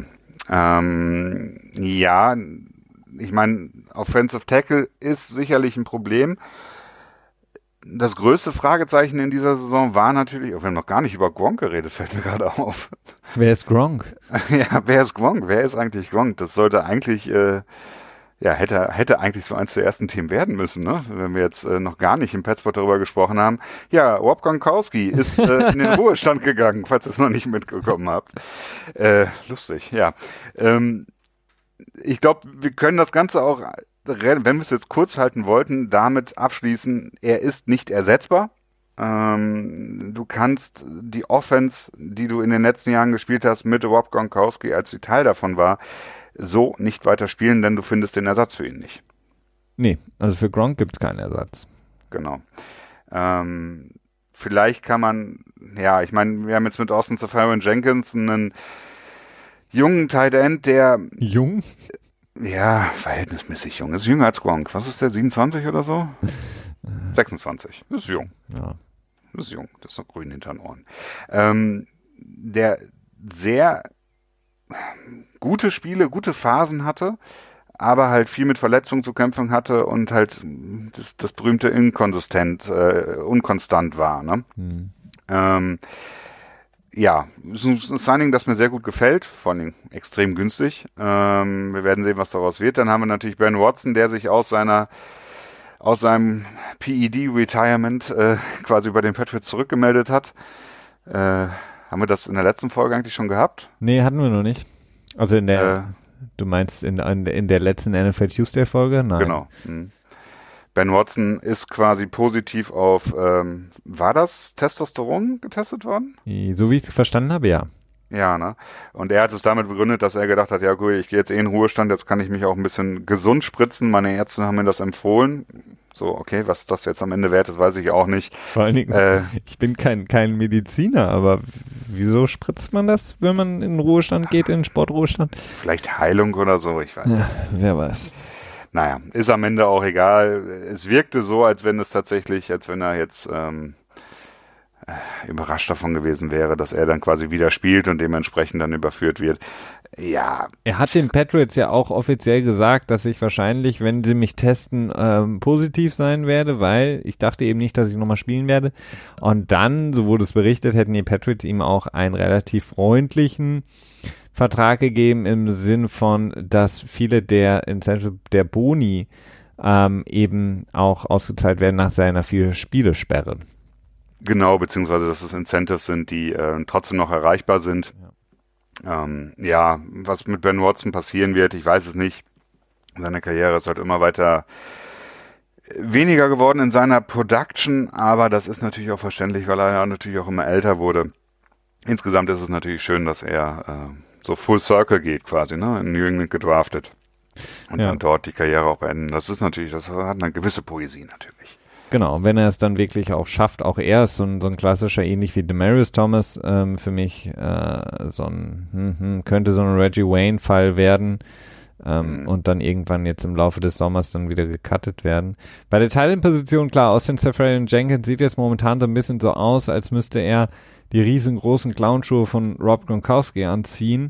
Ja, ich meine, Offensive Tackle ist sicherlich ein Problem. Das größte Fragezeichen in dieser Saison war natürlich, wir haben noch gar nicht über Gronk geredet, fällt mir gerade auf. Wer ist Gronk? Ja, wer ist Gronk? Wer ist eigentlich Gronk? Das sollte eigentlich hätte eigentlich so eins der ersten Themen werden müssen, ne? Wenn wir jetzt noch gar nicht im Petspot darüber gesprochen haben. Ja, Rob Gronkowski ist in den Ruhestand gegangen, falls ihr es noch nicht mitbekommen habt. Lustig, ja. Ich glaube, wir können das Ganze auch, wenn wir es jetzt kurz halten wollten, damit abschließen, er ist nicht ersetzbar. Du kannst die Offense, die du in den letzten Jahren gespielt hast, mit Rob Gronkowski, als sie Teil davon war, so nicht weiter spielen, denn du findest den Ersatz für ihn nicht. Nee, also für Gronk gibt es keinen Ersatz. Genau. Vielleicht kann man, ja, ich meine, wir haben jetzt mit Austin Seferian-Jenkins einen jungen Tight End, der... Jung? Ja, verhältnismäßig jung. Ist jünger als Gronk. Was ist der, 27 oder so? 26. Das ist jung. Ja. Das ist jung. Das ist noch grün hinter den Ohren. Der sehr gute Spiele, gute Phasen hatte, aber halt viel mit Verletzungen zu kämpfen hatte und halt das berühmte unkonstant war. Ne? Ja, ist ein Signing, das mir sehr gut gefällt, vor allem extrem günstig. Wir werden sehen, was daraus wird. Dann haben wir natürlich Ben Watson, der sich aus seinem PED-Retirement quasi bei den Patriots zurückgemeldet hat. Haben wir das in der letzten Folge eigentlich schon gehabt? Nee, hatten wir noch nicht. Also du meinst in der letzten NFL Tuesday-Folge? Nein. Genau. Ben Watson ist quasi positiv auf, war das Testosteron getestet worden? So wie ich es verstanden habe, ja. Ja, ne? Und er hat es damit begründet, dass er gedacht hat, ja gut, ich gehe jetzt in Ruhestand, jetzt kann ich mich auch ein bisschen gesund spritzen. Meine Ärzte haben mir das empfohlen. So, okay, was das jetzt am Ende wert ist, weiß ich auch nicht. Vor allen Dingen, ich bin kein Mediziner, aber wieso spritzt man das, wenn man in den Ruhestand geht, in den Sportruhestand? Vielleicht Heilung oder so, ich weiß nicht. Ja, wer weiß. Naja, ist am Ende auch egal. Es wirkte so, als wenn er jetzt überrascht davon gewesen wäre, dass er dann quasi wieder spielt und dementsprechend dann überführt wird. Ja. Er hat den Patriots ja auch offiziell gesagt, dass ich wahrscheinlich, wenn sie mich testen, positiv sein werde, weil ich dachte eben nicht, dass ich nochmal spielen werde. Und dann, so wurde es berichtet, hätten die Patriots ihm auch einen relativ freundlichen Vertrag gegeben im Sinn von, dass viele der Boni eben auch ausgezahlt werden nach seiner 4-Spiele-Sperre. Genau, beziehungsweise dass es Incentives sind, die trotzdem noch erreichbar sind. Ja, was mit Ben Watson passieren wird, ich weiß es nicht. Seine Karriere ist halt immer weiter weniger geworden in seiner Production, aber das ist natürlich auch verständlich, weil er ja natürlich auch immer älter wurde. Insgesamt ist es natürlich schön, dass er so Full Circle geht quasi, ne? In New England gedraftet und dann dort die Karriere auch beenden. Das ist natürlich, das hat eine gewisse Poesie natürlich. Genau, wenn er es dann wirklich auch schafft, auch er ist so ein klassischer, ähnlich wie Demaryius Thomas, für mich könnte so ein Reggie Wayne-Fall werden und dann irgendwann jetzt im Laufe des Sommers dann wieder gecuttet werden. Bei der Tight-End-Position, klar, Austin Seferian-Jenkins sieht jetzt momentan so ein bisschen so aus, als müsste er die riesengroßen Clownschuhe von Rob Gronkowski anziehen.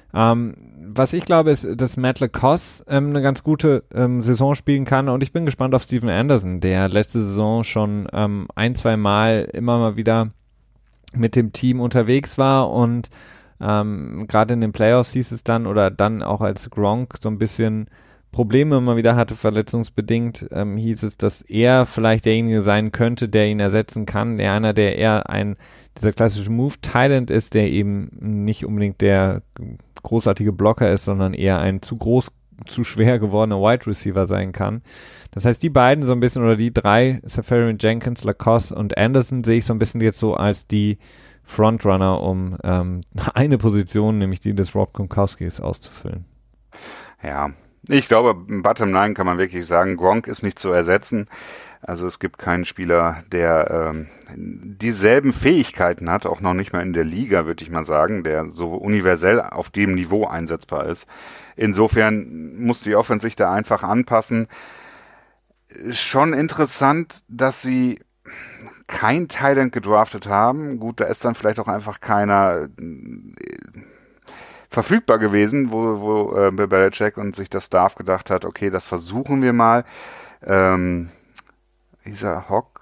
Was ich glaube, ist, dass Matt LaCosse eine ganz gute Saison spielen kann und ich bin gespannt auf Steven Anderson, der letzte Saison schon 1-2 Mal immer mal wieder mit dem Team unterwegs war und gerade in den Playoffs hieß es dann oder dann auch als Gronk so ein bisschen Probleme immer wieder hatte, verletzungsbedingt, hieß es, dass er vielleicht derjenige sein könnte, der ihn ersetzen kann, einer, der eher dieser klassische Move-Tight-End ist, der eben nicht unbedingt der großartige Blocker ist, sondern eher ein zu groß, zu schwer gewordener Wide Receiver sein kann. Das heißt, die beiden so ein bisschen, oder die drei, Seferian-Jenkins, LaCosse und Anderson, sehe ich so ein bisschen jetzt so als die Frontrunner, um eine Position, nämlich die des Rob Gronkowskis, auszufüllen. Ja, ich glaube, bottom line kann man wirklich sagen, Gronk ist nicht zu ersetzen. Also es gibt keinen Spieler, der dieselben Fähigkeiten hat, auch noch nicht mal in der Liga, würde ich mal sagen, der so universell auf dem Niveau einsetzbar ist. Insofern muss die Offense sich da einfach anpassen. Schon interessant, dass sie kein Tight-End gedraftet haben. Gut, da ist dann vielleicht auch einfach keiner verfügbar gewesen, wo Bill Belichick und sich das Staff gedacht hat, okay, das versuchen wir mal. Hieß er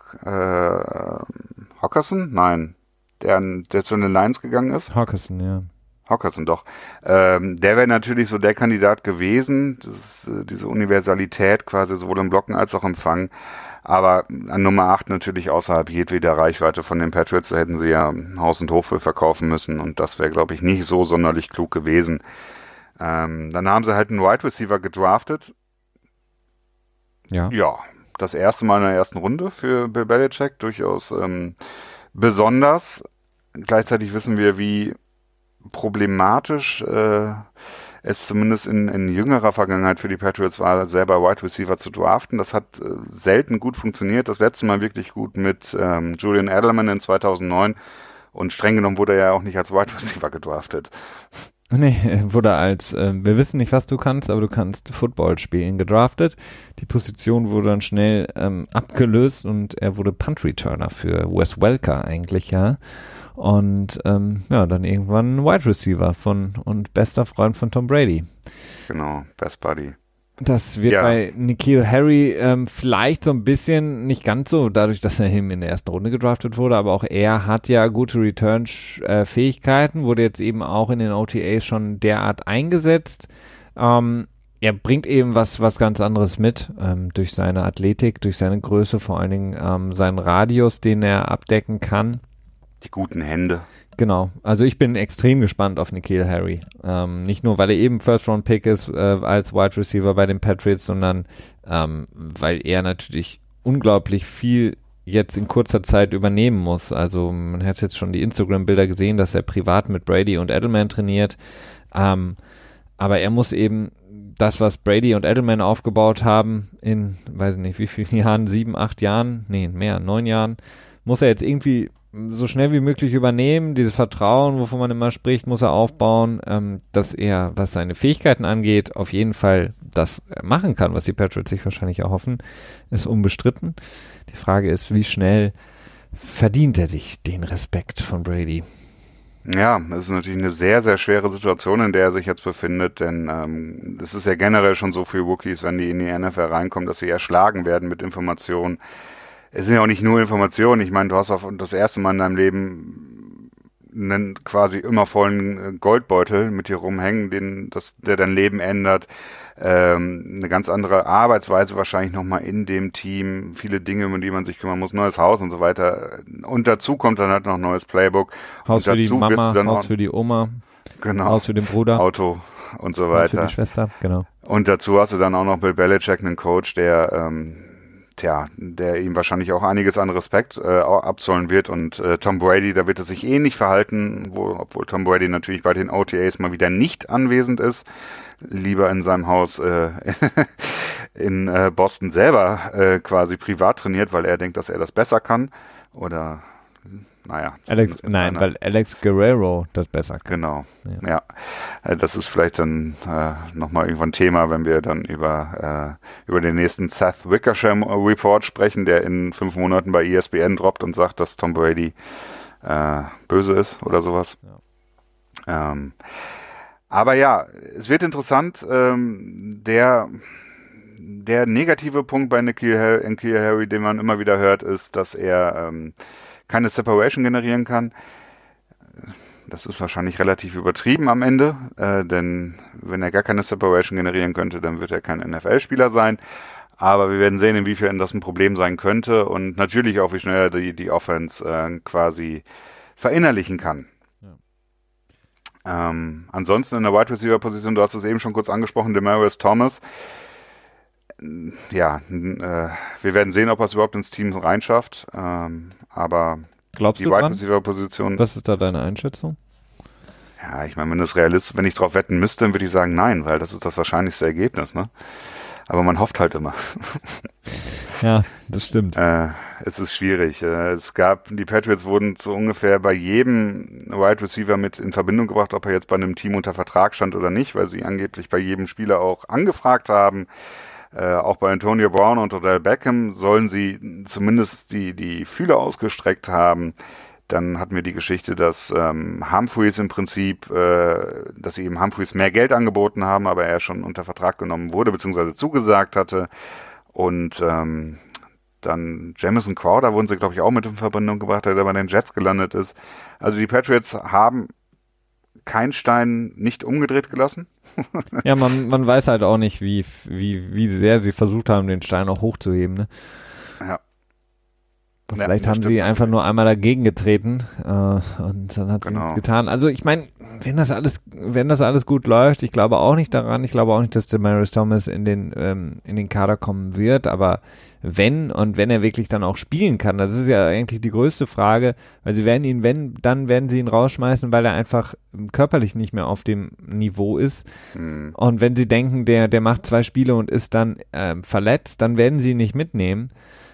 Hockerson? Nein. Der zu den Lions gegangen ist? Hockerson, ja. Hockerson, doch. Der wäre natürlich so der Kandidat gewesen. Das ist diese Universalität quasi sowohl im Blocken als auch im Fangen. Aber an Nummer 8 natürlich außerhalb jedweder Reichweite von den Patriots, da hätten sie ja Haus und Hof für verkaufen müssen und das wäre, glaube ich, nicht so sonderlich klug gewesen. Dann haben sie halt einen Wide Receiver gedraftet. Ja. Ja, das erste Mal in der ersten Runde für Bill Belichick, durchaus besonders. Gleichzeitig wissen wir, wie problematisch es zumindest in jüngerer Vergangenheit für die Patriots war, selber Wide Receiver zu draften. Das hat selten gut funktioniert. Das letzte Mal wirklich gut mit Julian Edelman in 2009 und streng genommen wurde er ja auch nicht als Wide Receiver gedraftet. Nee, er wurde als, wir wissen nicht, was du kannst, aber du kannst Football spielen, gedraftet. Die Position wurde dann schnell abgelöst und er wurde Punt-Returner für Wes Welker eigentlich, ja. Und dann irgendwann ein Wide Receiver und bester Freund von Tom Brady. Genau, Best Buddy. Das wird bei N'Keal Harry vielleicht so ein bisschen, nicht ganz so, dadurch, dass er in der ersten Runde gedraftet wurde, aber auch er hat ja gute Return-Fähigkeiten, wurde jetzt eben auch in den OTAs schon derart eingesetzt. Er bringt eben was ganz anderes mit, durch seine Athletik, durch seine Größe, vor allen Dingen seinen Radius, den er abdecken kann. Die guten Hände. Genau, also ich bin extrem gespannt auf N'Keal Harry. Nicht nur, weil er eben First-Round-Pick ist als Wide Receiver bei den Patriots, sondern weil er natürlich unglaublich viel jetzt in kurzer Zeit übernehmen muss. Also man hat jetzt schon die Instagram-Bilder gesehen, dass er privat mit Brady und Edelman trainiert. Aber er muss eben das, was Brady und Edelman aufgebaut haben in, weiß ich nicht, wie vielen Jahren, 7, 8 Jahren, nee, mehr, 9 Jahren, muss er jetzt irgendwie so schnell wie möglich übernehmen. Dieses Vertrauen, wovon man immer spricht, muss er aufbauen, dass er, was seine Fähigkeiten angeht, auf jeden Fall das machen kann, was die Patriots sich wahrscheinlich erhoffen, ist unbestritten. Die Frage ist, wie schnell verdient er sich den Respekt von Brady? Ja, es ist natürlich eine sehr, sehr schwere Situation, in der er sich jetzt befindet, denn es ist ja generell schon so für Rookies, wenn die in die NFL reinkommen, dass sie erschlagen werden mit Informationen. Es sind ja auch nicht nur Informationen. Ich meine, du hast auch das erste Mal in deinem Leben einen quasi immer vollen Goldbeutel mit dir rumhängen, der dein Leben ändert. Eine ganz andere Arbeitsweise wahrscheinlich nochmal in dem Team, viele Dinge, um die man sich kümmern muss, neues Haus und so weiter. Und dazu kommt dann halt noch ein neues Playbook. Haus und für die dazu Mama, dann Haus für die Oma, genau, Haus für den Bruder, Auto und so Haus weiter. für die Schwester, genau. Und dazu hast du dann auch noch Bill Belichick, einen Coach, der ihm wahrscheinlich auch einiges an Respekt abzollen wird. Und Tom Brady, da wird er sich ähnlich verhalten, obwohl Tom Brady natürlich bei den OTAs mal wieder nicht anwesend ist, lieber in seinem Haus in Boston selber quasi privat trainiert, weil er denkt, dass er das besser kann. Oder naja. Weil Alex Guerrero das besser kann. Genau, ja. Das ist vielleicht dann nochmal irgendwann Thema, wenn wir dann über den nächsten Seth Wickersham Report sprechen, der in 5 Monaten bei ESPN droppt und sagt, dass Tom Brady böse ist oder sowas. Ja. Aber ja, es wird interessant. Der negative Punkt bei N'Keal Harry, den man immer wieder hört, ist, dass er keine Separation generieren kann. Das ist wahrscheinlich relativ übertrieben am Ende, denn wenn er gar keine Separation generieren könnte, dann wird er kein NFL-Spieler sein. Aber wir werden sehen, inwiefern das ein Problem sein könnte und natürlich auch, wie schnell er die Offense quasi verinnerlichen kann. Ja. Ansonsten in der Wide Receiver Position, du hast es eben schon kurz angesprochen, Demaryius Thomas. Ja, wir werden sehen, ob er es überhaupt ins Team reinschafft. Aber glaubst die du Wide Receiver Position. Was ist da deine Einschätzung? Ja, ich meine, wenn ich drauf wetten müsste, dann würde ich sagen nein, weil das ist das wahrscheinlichste Ergebnis, ne? Aber man hofft halt immer. Ja, das stimmt. Es ist schwierig. Die Patriots wurden so ungefähr bei jedem Wide Receiver mit in Verbindung gebracht, ob er jetzt bei einem Team unter Vertrag stand oder nicht, weil sie angeblich bei jedem Spieler auch angefragt haben. Auch bei Antonio Brown und Odell Beckham sollen sie zumindest die Fühler ausgestreckt haben. Dann hatten wir die Geschichte, dass Humphreys im Prinzip, dass sie eben Humphreys mehr Geld angeboten haben, aber er schon unter Vertrag genommen wurde, beziehungsweise zugesagt hatte. Und dann Jamison Crowder wurden sie, glaube ich, auch mit in Verbindung gebracht, der bei den Jets gelandet ist. Also die Patriots haben keinen Stein nicht umgedreht gelassen. Ja, man weiß halt auch nicht, wie sehr sie versucht haben, den Stein auch hochzuheben, ne? Ja. Vielleicht haben sie einfach nur einmal dagegen getreten und dann hat sie nichts getan. Also ich meine, wenn das alles gut läuft, ich glaube auch nicht daran. Ich glaube auch nicht, dass Demaryius Thomas in den Kader kommen wird, aber wenn er wirklich dann auch spielen kann, das ist ja eigentlich die größte Frage, weil sie werden dann werden sie ihn rausschmeißen, weil er einfach körperlich nicht mehr auf dem Niveau ist. Und wenn sie denken, der macht 2 Spiele und ist dann verletzt, dann werden sie ihn nicht mitnehmen.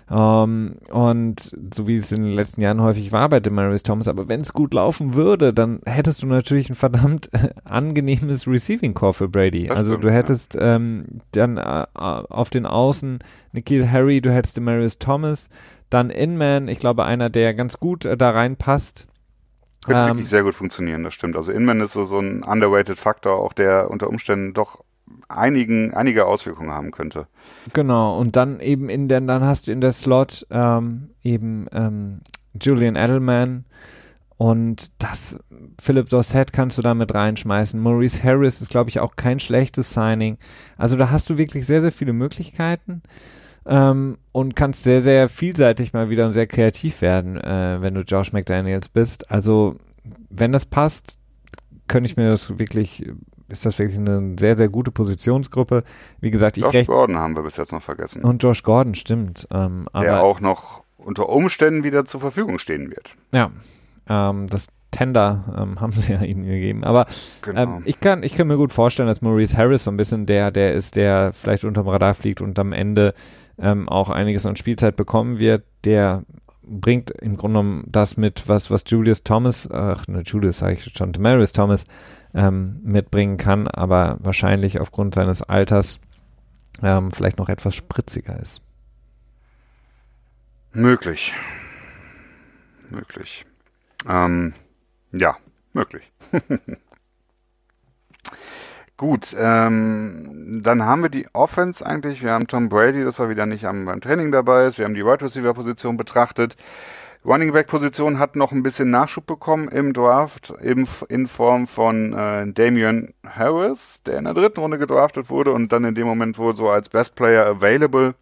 Und so wie es in den letzten Jahren häufig war bei Demaryius Thomas, aber wenn es gut laufen würde, dann hättest du natürlich ein verdammt angenehmes Receiving Core für Brady. Das also stimmt, du hättest dann auf den Außen N'Keal Harry, du hättest Demaryius Thomas, dann Inman, ich glaube einer, der ganz gut da reinpasst. Könnte wirklich sehr gut funktionieren, das stimmt. Also Inman ist so ein underrated Faktor, auch der unter Umständen doch einige Auswirkungen haben könnte. Genau, und dann eben dann hast du in der Slot Julian Edelman und Philip Dorsett kannst du da mit reinschmeißen. Maurice Harris ist, glaube ich, auch kein schlechtes Signing. Also da hast du wirklich sehr, sehr viele Möglichkeiten und kannst sehr, sehr vielseitig mal wieder und sehr kreativ werden, wenn du Josh McDaniels bist. Also wenn das passt, ist das wirklich eine sehr, sehr gute Positionsgruppe. Wie gesagt, Josh Gordon haben wir bis jetzt noch vergessen. Und Josh Gordon, stimmt. Der auch noch unter Umständen wieder zur Verfügung stehen wird. Ja, das Tender haben sie ja ihnen gegeben. Aber genau. Ich kann mir gut vorstellen, dass Maurice Harris so ein bisschen der ist, der vielleicht unterm Radar fliegt und am Ende auch einiges an Spielzeit bekommen wird. Der bringt im Grunde genommen das mit, was Demaryius Thomas mitbringen kann, aber wahrscheinlich aufgrund seines Alters vielleicht noch etwas spritziger ist. Möglich. Ja, möglich. Gut, dann haben wir die Offense eigentlich. Wir haben Tom Brady, dass er wieder nicht beim Training dabei ist. Wir haben die Wide Receiver Position betrachtet. Running Back Position hat noch ein bisschen Nachschub bekommen im Draft in Form von Damian Harris, der in der 3. Runde gedraftet wurde und dann in dem Moment wohl so als Best Player Available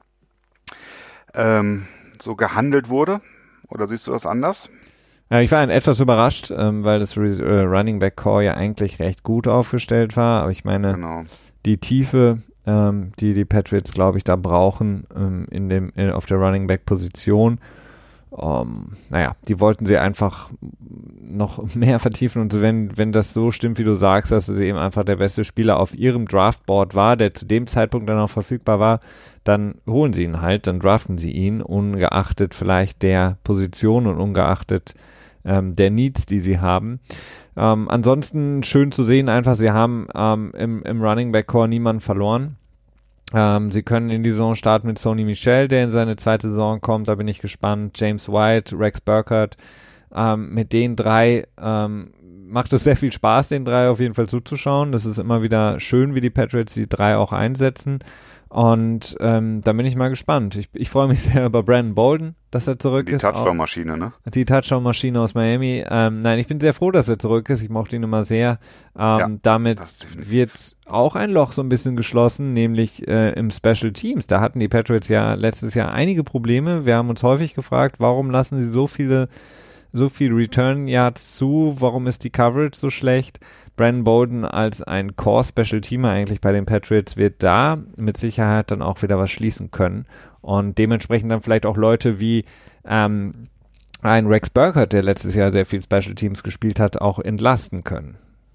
so gehandelt wurde. Oder siehst du das anders? Ja, ich war etwas überrascht, weil das Running Back Core ja eigentlich recht gut aufgestellt war, aber ich meine, die Tiefe, die Patriots, glaube ich, da brauchen auf der Running Back Position, die wollten sie einfach noch mehr vertiefen und wenn das so stimmt, wie du sagst, dass sie eben einfach der beste Spieler auf ihrem Draftboard war, der zu dem Zeitpunkt dann auch verfügbar war, dann holen sie ihn halt, dann draften sie ihn, ungeachtet vielleicht der Position und ungeachtet der Needs, die sie haben. Ansonsten schön zu sehen einfach, sie haben im Running Back Core niemanden verloren. Sie können in die Saison starten mit Sony Michel, der in seine 2. Saison kommt, da bin ich gespannt. James White, Rex Burkhardt, mit den 3 macht es sehr viel Spaß, den 3 auf jeden Fall zuzuschauen. Das ist immer wieder schön, wie die Patriots die 3 auch einsetzen. Und da bin ich mal gespannt. Ich freue mich sehr über Brandon Bolden, dass er zurück ist. Die Touchdown-Maschine, ne? Die Touchdown-Maschine aus Miami. Nein, ich bin sehr froh, dass er zurück ist. Ich mochte ihn immer sehr. Damit wird auch ein Loch so ein bisschen geschlossen, nämlich im Special Teams. Da hatten die Patriots ja letztes Jahr einige Probleme. Wir haben uns häufig gefragt, warum lassen sie so viel Return Yards zu? Warum ist die Coverage so schlecht? Brandon Bolden als ein Core-Special-Teamer eigentlich bei den Patriots wird da mit Sicherheit dann auch wieder was schließen können und dementsprechend dann vielleicht auch Leute wie ein Rex Burkhardt, der letztes Jahr sehr viel Special-Teams gespielt hat, auch entlasten können.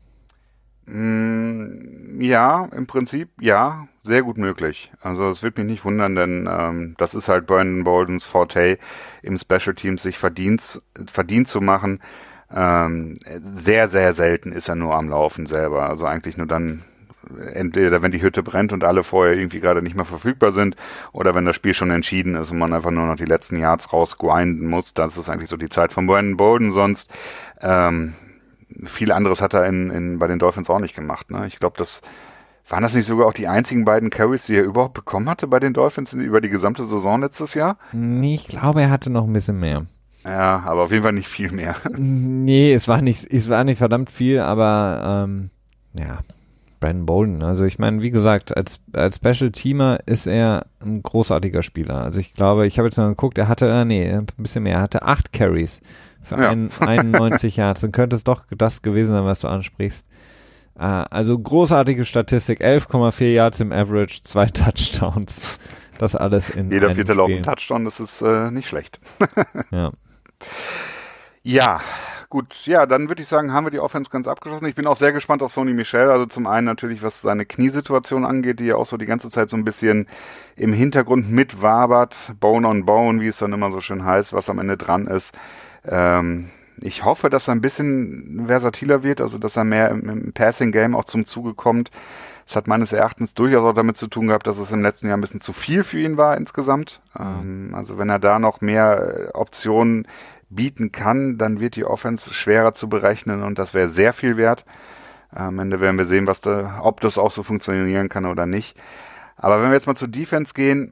Ja, im Prinzip ja, sehr gut möglich. Also es wird mich nicht wundern, denn das ist halt Brandon Boldens Forte im Special-Teams, sich verdient zu machen. Sehr, sehr selten ist er nur am Laufen selber. Also eigentlich nur dann, entweder wenn die Hütte brennt und alle vorher irgendwie gerade nicht mehr verfügbar sind oder wenn das Spiel schon entschieden ist und man einfach nur noch die letzten Yards rausgrinden muss. Das ist eigentlich so die Zeit von Brandon Bolden. Sonst viel anderes hat er bei den Dolphins auch nicht gemacht. Ne? Ich glaube, waren das nicht sogar auch die einzigen beiden Carries, die er überhaupt bekommen hatte bei den Dolphins über die gesamte Saison letztes Jahr? Nee, ich glaube, er hatte noch ein bisschen mehr. Ja, aber auf jeden Fall nicht viel mehr. Nee, es war nicht verdammt viel, aber Brandon Bolden, also ich meine, wie gesagt, als Special Teamer ist er ein großartiger Spieler. Also ich glaube, ich habe jetzt mal geguckt, er hatte, ein bisschen mehr, er hatte 8 Carries für 91 Yards. Dann könnte es doch das gewesen sein, was du ansprichst. Also großartige Statistik, 11,4 Yards im Average, 2 Touchdowns. Das alles in jeder 4. Lauf ein Touchdown, das ist nicht schlecht. Ja. Ja, gut. Ja, dann würde ich sagen, haben wir die Offense ganz abgeschlossen. Ich bin auch sehr gespannt auf Sony Michel. Also zum einen natürlich, was seine Kniesituation angeht, die ja auch so die ganze Zeit so ein bisschen im Hintergrund mitwabert. Bone on Bone, wie es dann immer so schön heißt, was am Ende dran ist. Ich hoffe, dass er ein bisschen versatiler wird, also dass er mehr im Passing-Game auch zum Zuge kommt. Es hat meines Erachtens durchaus auch damit zu tun gehabt, dass es im letzten Jahr ein bisschen zu viel für ihn war insgesamt. Also wenn er da noch mehr Optionen bieten kann, dann wird die Offense schwerer zu berechnen und das wäre sehr viel wert. Am Ende werden wir sehen, ob das auch so funktionieren kann oder nicht. Aber wenn wir jetzt mal zur Defense gehen,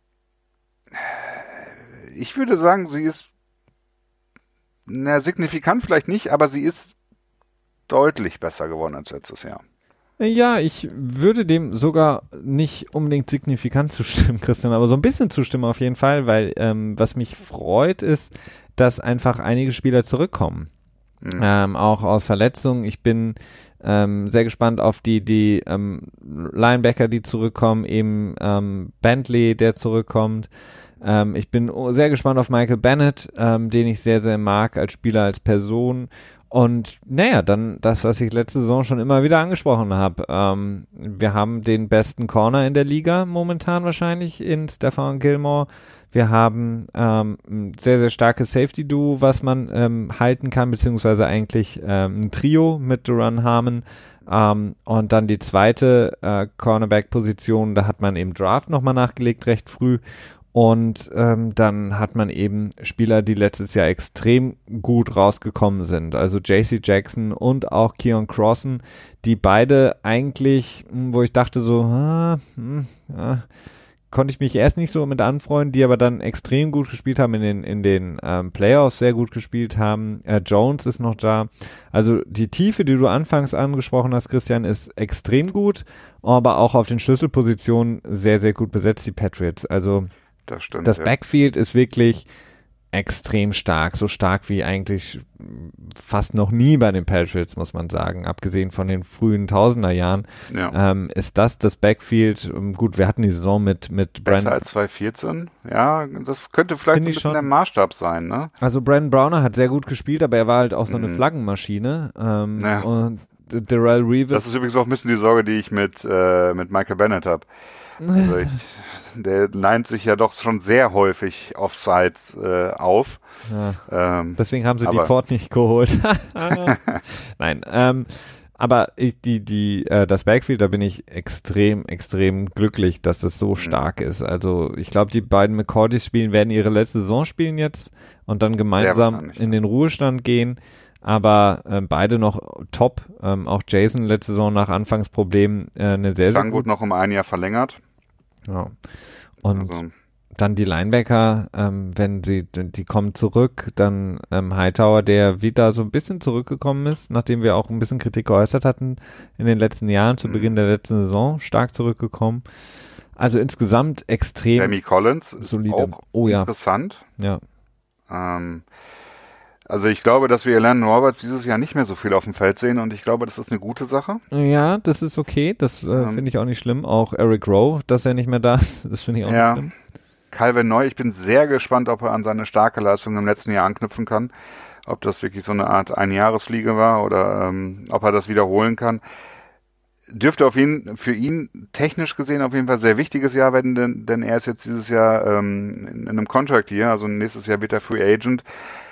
ich würde sagen, sie ist signifikant vielleicht nicht, aber sie ist deutlich besser geworden als letztes Jahr. Ja, ich würde dem sogar nicht unbedingt signifikant zustimmen, Christian, aber so ein bisschen zustimmen auf jeden Fall, weil was mich freut ist, dass einfach einige Spieler zurückkommen, auch aus Verletzungen. Ich bin sehr gespannt auf die Linebacker, die zurückkommen, eben Bentley, der zurückkommt. Ich bin sehr gespannt auf Michael Bennett, den ich sehr, sehr mag als Spieler, als Person. Und dann das, was ich letzte Saison schon immer wieder angesprochen habe. Wir haben den besten Corner in der Liga momentan wahrscheinlich in Stephon Gilmore. Wir haben ein sehr, sehr starkes Safety-Duo, was man halten kann, beziehungsweise eigentlich ein Trio mit Duran Harmon. Und dann die zweite Cornerback-Position, da hat man im Draft nochmal nachgelegt, recht früh. Und dann hat man eben Spieler, die letztes Jahr extrem gut rausgekommen sind. Also JC Jackson und auch Keon Crossen, die beide eigentlich, wo ich dachte so, konnte ich mich erst nicht so mit anfreunden, die aber dann extrem gut gespielt haben, in den Playoffs sehr gut gespielt haben. Jones ist noch da. Also die Tiefe, die du anfangs angesprochen hast, Christian, ist extrem gut, aber auch auf den Schlüsselpositionen sehr, sehr gut besetzt, die Patriots. Also das stimmt, das Backfield ist wirklich extrem stark, so stark wie eigentlich fast noch nie bei den Patriots, muss man sagen, abgesehen von den frühen Tausender-Jahren, ist das Backfield, gut, wir hatten die Saison mit besser als 2014, ja, das könnte vielleicht so ein bisschen der Maßstab sein, ne? Also Brandon Browner hat sehr gut gespielt, aber er war halt auch so eine Flaggenmaschine, und Darrelle Revis. Das ist übrigens auch ein bisschen die Sorge, die ich mit Michael Bennett habe. Also der leint sich ja doch schon sehr häufig Offsides auf. Ja. Deswegen haben sie die Ford nicht geholt. Nein, aber das Backfield, da bin ich extrem, extrem glücklich, dass das so stark ist. Also ich glaube, die beiden McCourtys werden ihre letzte Saison spielen jetzt und dann gemeinsam in den Ruhestand gehen. Aber beide noch top. Auch Jason letzte Saison nach Anfangsproblemen eine sehr, sehr gut noch um ein Jahr verlängert. Ja. Und dann die Linebacker, wenn die kommen zurück, dann Hightower, der wieder so ein bisschen zurückgekommen ist, nachdem wir auch ein bisschen Kritik geäußert hatten in den letzten Jahren, zu Beginn der letzten Saison, stark zurückgekommen. Also insgesamt extrem Jamie Collins solide. Ist auch interessant. Ja. Also ich glaube, dass wir Elandon Roberts dieses Jahr nicht mehr so viel auf dem Feld sehen und ich glaube, das ist eine gute Sache. Ja, das ist okay. Das finde ich auch nicht schlimm. Auch Eric Rowe, dass er nicht mehr da ist, das finde ich auch nicht schlimm. Calvin Neu, ich bin sehr gespannt, ob er an seine starke Leistung im letzten Jahr anknüpfen kann. Ob das wirklich so eine Art Einjahresfliege war oder ob er das wiederholen kann. Dürfte für ihn technisch gesehen auf jeden Fall sehr wichtiges Jahr werden, denn er ist jetzt dieses Jahr in einem Contract hier, also nächstes Jahr wird er Free Agent.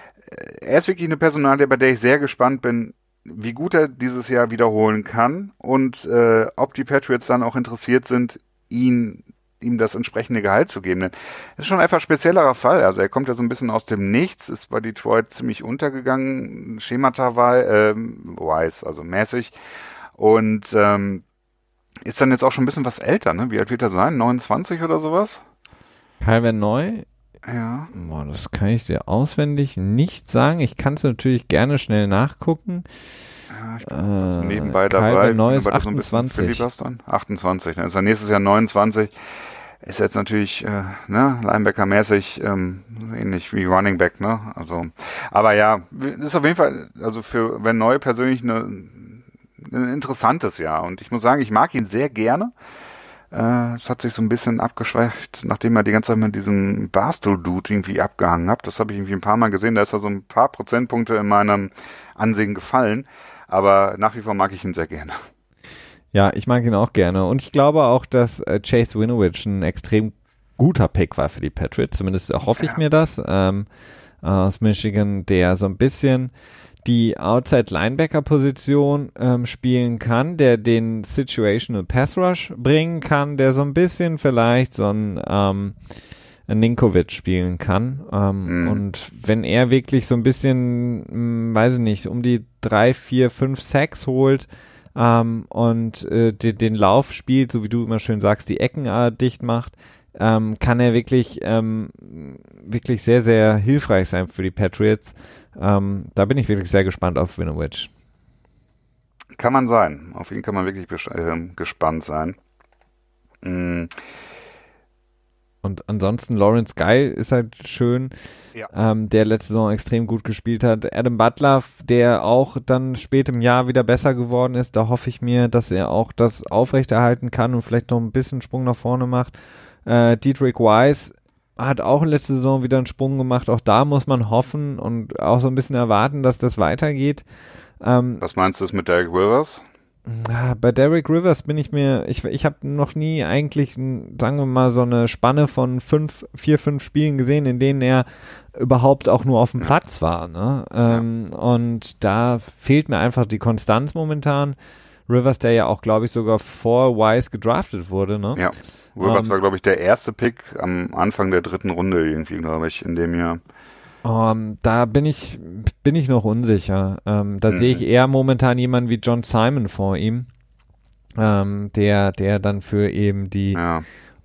Er ist wirklich eine Personalie, bei der ich sehr gespannt bin, wie gut er dieses Jahr wiederholen kann und ob die Patriots dann auch interessiert sind, ihm das entsprechende Gehalt zu geben. Denn das ist schon ein etwas speziellerer Fall. Also er kommt ja so ein bisschen aus dem Nichts, ist bei Detroit ziemlich untergegangen, schemata-wise, also mäßig. Und ist dann jetzt auch schon ein bisschen was älter, ne? Wie alt wird er sein? 29 oder sowas? Calvin Neu? Ja. Boah, das kann ich dir auswendig nicht sagen. Ich kann es natürlich gerne schnell nachgucken. Ja, ich bin also nebenbei dabei. Calvin Neu ist 28. 28, dann ist er nächstes Jahr 29. Ist jetzt natürlich, Linebacker-mäßig, ähnlich wie Running Back, ne? Also, aber ja, ist auf jeden Fall, also für Van Neu persönlich ein interessantes Jahr. Und ich muss sagen, ich mag ihn sehr gerne. Es hat sich so ein bisschen abgeschwächt, nachdem er die ganze Zeit mit diesem Barstool-Dude irgendwie abgehangen hat. Das habe ich irgendwie ein paar Mal gesehen. Da ist er so ein paar Prozentpunkte in meinem Ansehen gefallen. Aber nach wie vor mag ich ihn sehr gerne. Ja, ich mag ihn auch gerne. Und ich glaube auch, dass Chase Winovich ein extrem guter Pick war für die Patriots. Zumindest hoffe ich mir das. Aus Michigan, der so ein bisschen die Outside-Linebacker-Position spielen kann, der den Situational Pass Rush bringen kann, der so ein bisschen vielleicht so ein Ninkovich spielen kann. Und wenn er wirklich so ein bisschen, weiß ich nicht, um die 3, 4, 5 Sacks holt und den Lauf spielt, so wie du immer schön sagst, die Ecken dicht macht, kann er wirklich sehr, sehr hilfreich sein für die Patriots. Da bin ich wirklich sehr gespannt auf Winovich. Kann man sein. Auf ihn kann man wirklich gespannt sein. Und ansonsten Lawrence Guy ist halt schön, der letzte Saison extrem gut gespielt hat. Adam Butler, der auch dann spät im Jahr wieder besser geworden ist, da hoffe ich mir, dass er auch das aufrechterhalten kann und vielleicht noch ein bisschen Sprung nach vorne macht. Dietrich Wise hat auch letzte Saison wieder einen Sprung gemacht. Auch da muss man hoffen und auch so ein bisschen erwarten, dass das weitergeht. Was meinst du mit Derek Rivers? Bei Derek Rivers bin ich habe noch nie eigentlich, sagen wir mal, so eine Spanne von 5 Spielen gesehen, in denen er überhaupt auch nur auf dem Platz war. Ne? Und da fehlt mir einfach die Konstanz momentan. Rivers, der ja auch, glaube ich, sogar vor Wise gedraftet wurde. Ne? Ja, Rivers war, glaube ich, der erste Pick am Anfang der 3. Runde irgendwie, glaube ich, in dem Jahr. Da bin ich noch unsicher. Da sehe ich eher momentan jemanden wie John Simon vor ihm, der dann für eben die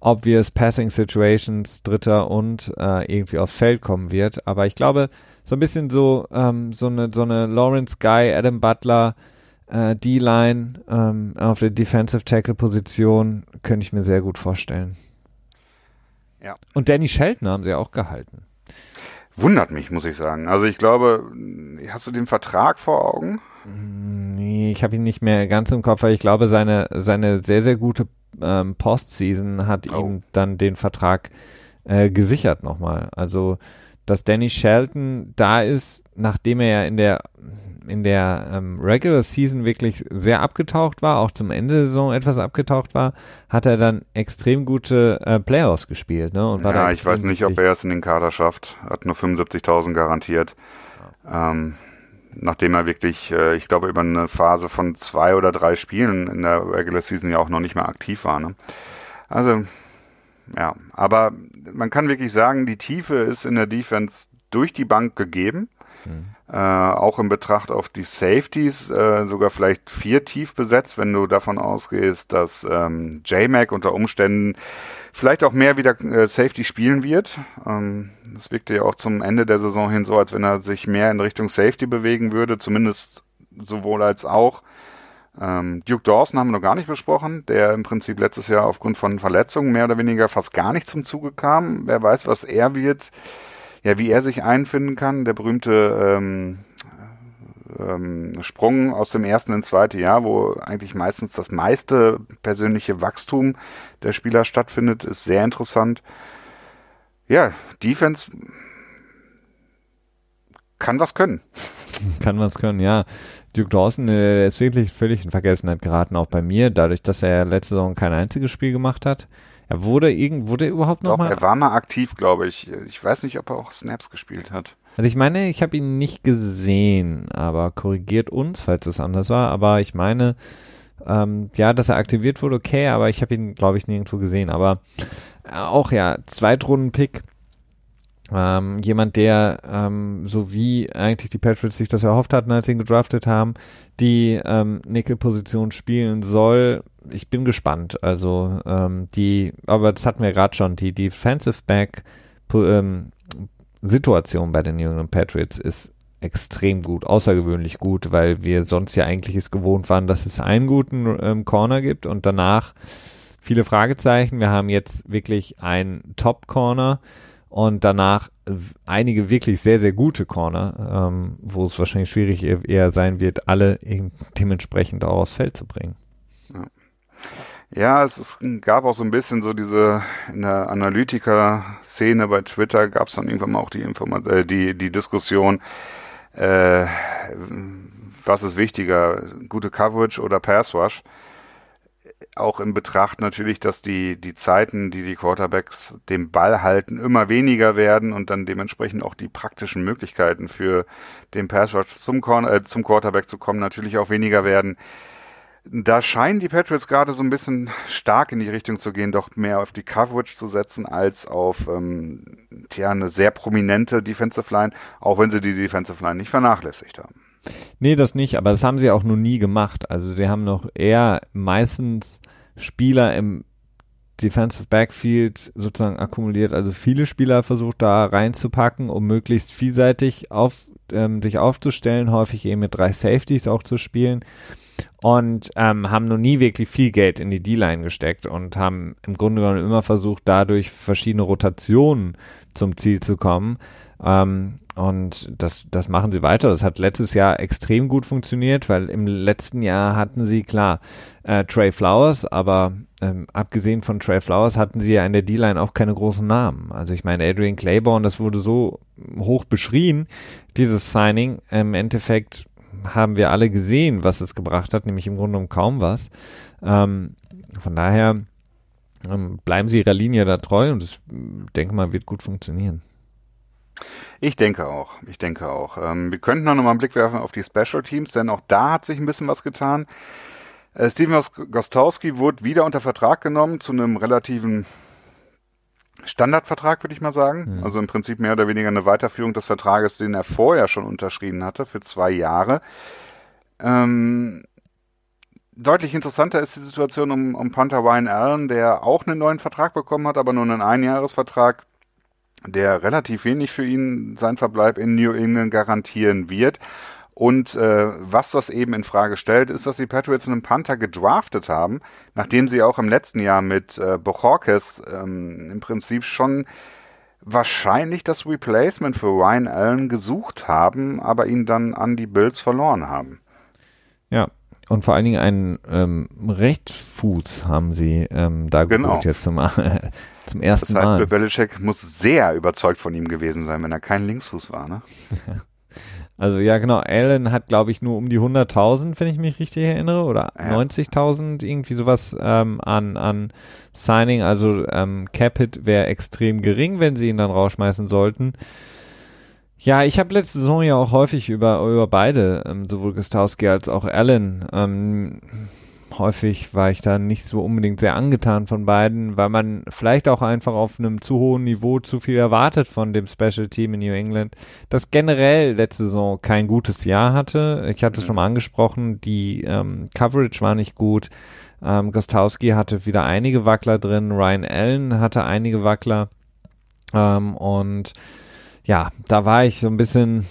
obvious Passing Situations Dritter und irgendwie aufs Feld kommen wird. Aber ich glaube, so ein bisschen so eine Lawrence Guy, Adam Butler D-Line auf der Defensive Tackle Position könnte ich mir sehr gut vorstellen. Ja. Und Danny Shelton haben sie auch gehalten. Wundert mich, muss ich sagen. Also ich glaube, hast du den Vertrag vor Augen? Nee, ich habe ihn nicht mehr ganz im Kopf, weil ich glaube, seine sehr, sehr gute Postseason hat ihm dann den Vertrag gesichert nochmal. Also, dass Danny Shelton da ist, nachdem er ja in der Regular Season wirklich sehr abgetaucht war, auch zum Ende der Saison etwas abgetaucht war, hat er dann extrem gute Playoffs gespielt. Ne? Und war ja, ich weiß nicht, ob er es in den Kader schafft. Hat nur 75.000 garantiert. Ja. Nachdem er wirklich, ich glaube, über eine Phase von 2 oder 3 Spielen in der Regular Season ja auch noch nicht mehr aktiv war. Ne? Also, ja, aber man kann wirklich sagen, die Tiefe ist in der Defense durch die Bank gegeben. Auch in Betracht auf die Safeties, sogar vielleicht 4 tief besetzt, wenn du davon ausgehst, dass J-Mac unter Umständen vielleicht auch mehr wieder Safety spielen wird. Das wirkte ja auch zum Ende der Saison hin so, als wenn er sich mehr in Richtung Safety bewegen würde, zumindest sowohl als auch. Duke Dawson haben wir noch gar nicht besprochen, der im Prinzip letztes Jahr aufgrund von Verletzungen mehr oder weniger fast gar nicht zum Zuge kam. Wer weiß, was er wird. Ja, wie er sich einfinden kann, der berühmte Sprung aus dem ersten ins zweite Jahr, wo eigentlich meistens das meiste persönliche Wachstum der Spieler stattfindet, ist sehr interessant. Ja, Defense kann was können. Kann was können, ja. Duke Dawson, der ist wirklich völlig in Vergessenheit geraten, auch bei mir, dadurch, dass er letzte Saison kein einziges Spiel gemacht hat. Er wurde überhaupt noch mal... Er war mal aktiv, glaube ich. Ich weiß nicht, ob er auch Snaps gespielt hat. Also ich meine, ich habe ihn nicht gesehen, aber korrigiert uns, falls es anders war. Aber ich meine, ja, dass er aktiviert wurde, okay, aber ich habe ihn, glaube ich, nirgendwo gesehen. Aber auch ja, Zweitrunden-Pick. Jemand, der, so wie eigentlich die Patriots sich das erhofft hatten, als sie ihn gedraftet haben, die Nickel-Position spielen soll. Ich bin gespannt. Also aber das hatten wir gerade schon, die Defensive Back Situation bei den New England Patriots ist extrem gut, außergewöhnlich gut, weil wir sonst ja eigentlich es gewohnt waren, dass es einen guten Corner gibt und danach viele Fragezeichen. Wir haben jetzt wirklich einen Top-Corner und danach einige wirklich sehr, sehr gute Corner, wo es wahrscheinlich schwierig eher sein wird, alle dementsprechend auch aufs Feld zu bringen. Ja, es gab auch so ein bisschen so in der Analytiker-Szene bei Twitter gab es dann irgendwann mal auch die Diskussion, was ist wichtiger, gute Coverage oder Pass Rush? Auch in Betracht natürlich, dass die Zeiten, die Quarterbacks den Ball halten, immer weniger werden und dann dementsprechend auch die praktischen Möglichkeiten für den Pass Rush zum Quarterback zu kommen natürlich auch weniger werden. Da scheinen die Patriots gerade so ein bisschen stark in die Richtung zu gehen, doch mehr auf die Coverage zu setzen, als auf eine sehr prominente Defensive Line, auch wenn sie die Defensive Line nicht vernachlässigt haben. Nee, das nicht, aber das haben sie auch noch nie gemacht. Also sie haben noch eher meistens Spieler im Defensive Backfield sozusagen akkumuliert, also viele Spieler versucht da reinzupacken, um möglichst vielseitig sich aufzustellen, häufig eben mit 3 Safeties auch zu spielen. Und haben noch nie wirklich viel Geld in die D-Line gesteckt und haben im Grunde genommen immer versucht, dadurch verschiedene Rotationen zum Ziel zu kommen. Und das machen sie weiter. Das hat letztes Jahr extrem gut funktioniert, weil im letzten Jahr hatten sie, klar, Trey Flowers, aber abgesehen von Trey Flowers hatten sie ja in der D-Line auch keine großen Namen. Also ich meine, Adrian Claiborne, das wurde so hoch beschrien, dieses Signing. Im Endeffekt haben wir alle gesehen, was es gebracht hat, nämlich im Grunde genommen kaum was. Von daher bleiben sie ihrer Linie da treu und ich denke mal, wird gut funktionieren. Ich denke auch. Wir könnten noch mal einen Blick werfen auf die Special Teams, denn auch da hat sich ein bisschen was getan. Steven Gostkowski wurde wieder unter Vertrag genommen zu einem relativen Standardvertrag, würde ich mal sagen. Also im Prinzip mehr oder weniger eine Weiterführung des Vertrages, den er vorher schon unterschrieben hatte, für 2 Jahre. Deutlich interessanter ist die Situation um Panther Ryan Allen, der auch einen neuen Vertrag bekommen hat, aber nur einen Einjahresvertrag, der relativ wenig für ihn seinen Verbleib in New England garantieren wird. Und was das eben in Frage stellt, ist, dass die Patriots einen Panther gedraftet haben, nachdem sie auch im letzten Jahr mit Bojorquez im Prinzip schon wahrscheinlich das Replacement für Ryan Allen gesucht haben, aber ihn dann an die Bills verloren haben. Ja, und vor allen Dingen einen Rechtsfuß haben sie da geholt jetzt zum ersten Mal. Das heißt, Bill Belichick muss sehr überzeugt von ihm gewesen sein, wenn er kein Linksfuß war, ne? Also ja, genau. Allen hat, glaube ich, nur um die 100.000, wenn ich mich richtig erinnere, oder 90.000, irgendwie sowas an Signing. Also Cap-Hit wäre extrem gering, wenn sie ihn dann rausschmeißen sollten. Ja, ich habe letzte Saison ja auch häufig über beide, sowohl Gostowski als auch Allen, häufig war ich da nicht so unbedingt sehr angetan von beiden, weil man vielleicht auch einfach auf einem zu hohen Niveau zu viel erwartet von dem Special Team in New England, das generell letzte Saison kein gutes Jahr hatte. Ich hatte es schon mal angesprochen, die Coverage war nicht gut. Gostowski hatte wieder einige Wackler drin, Ryan Allen hatte einige Wackler und ja, da war ich so ein bisschen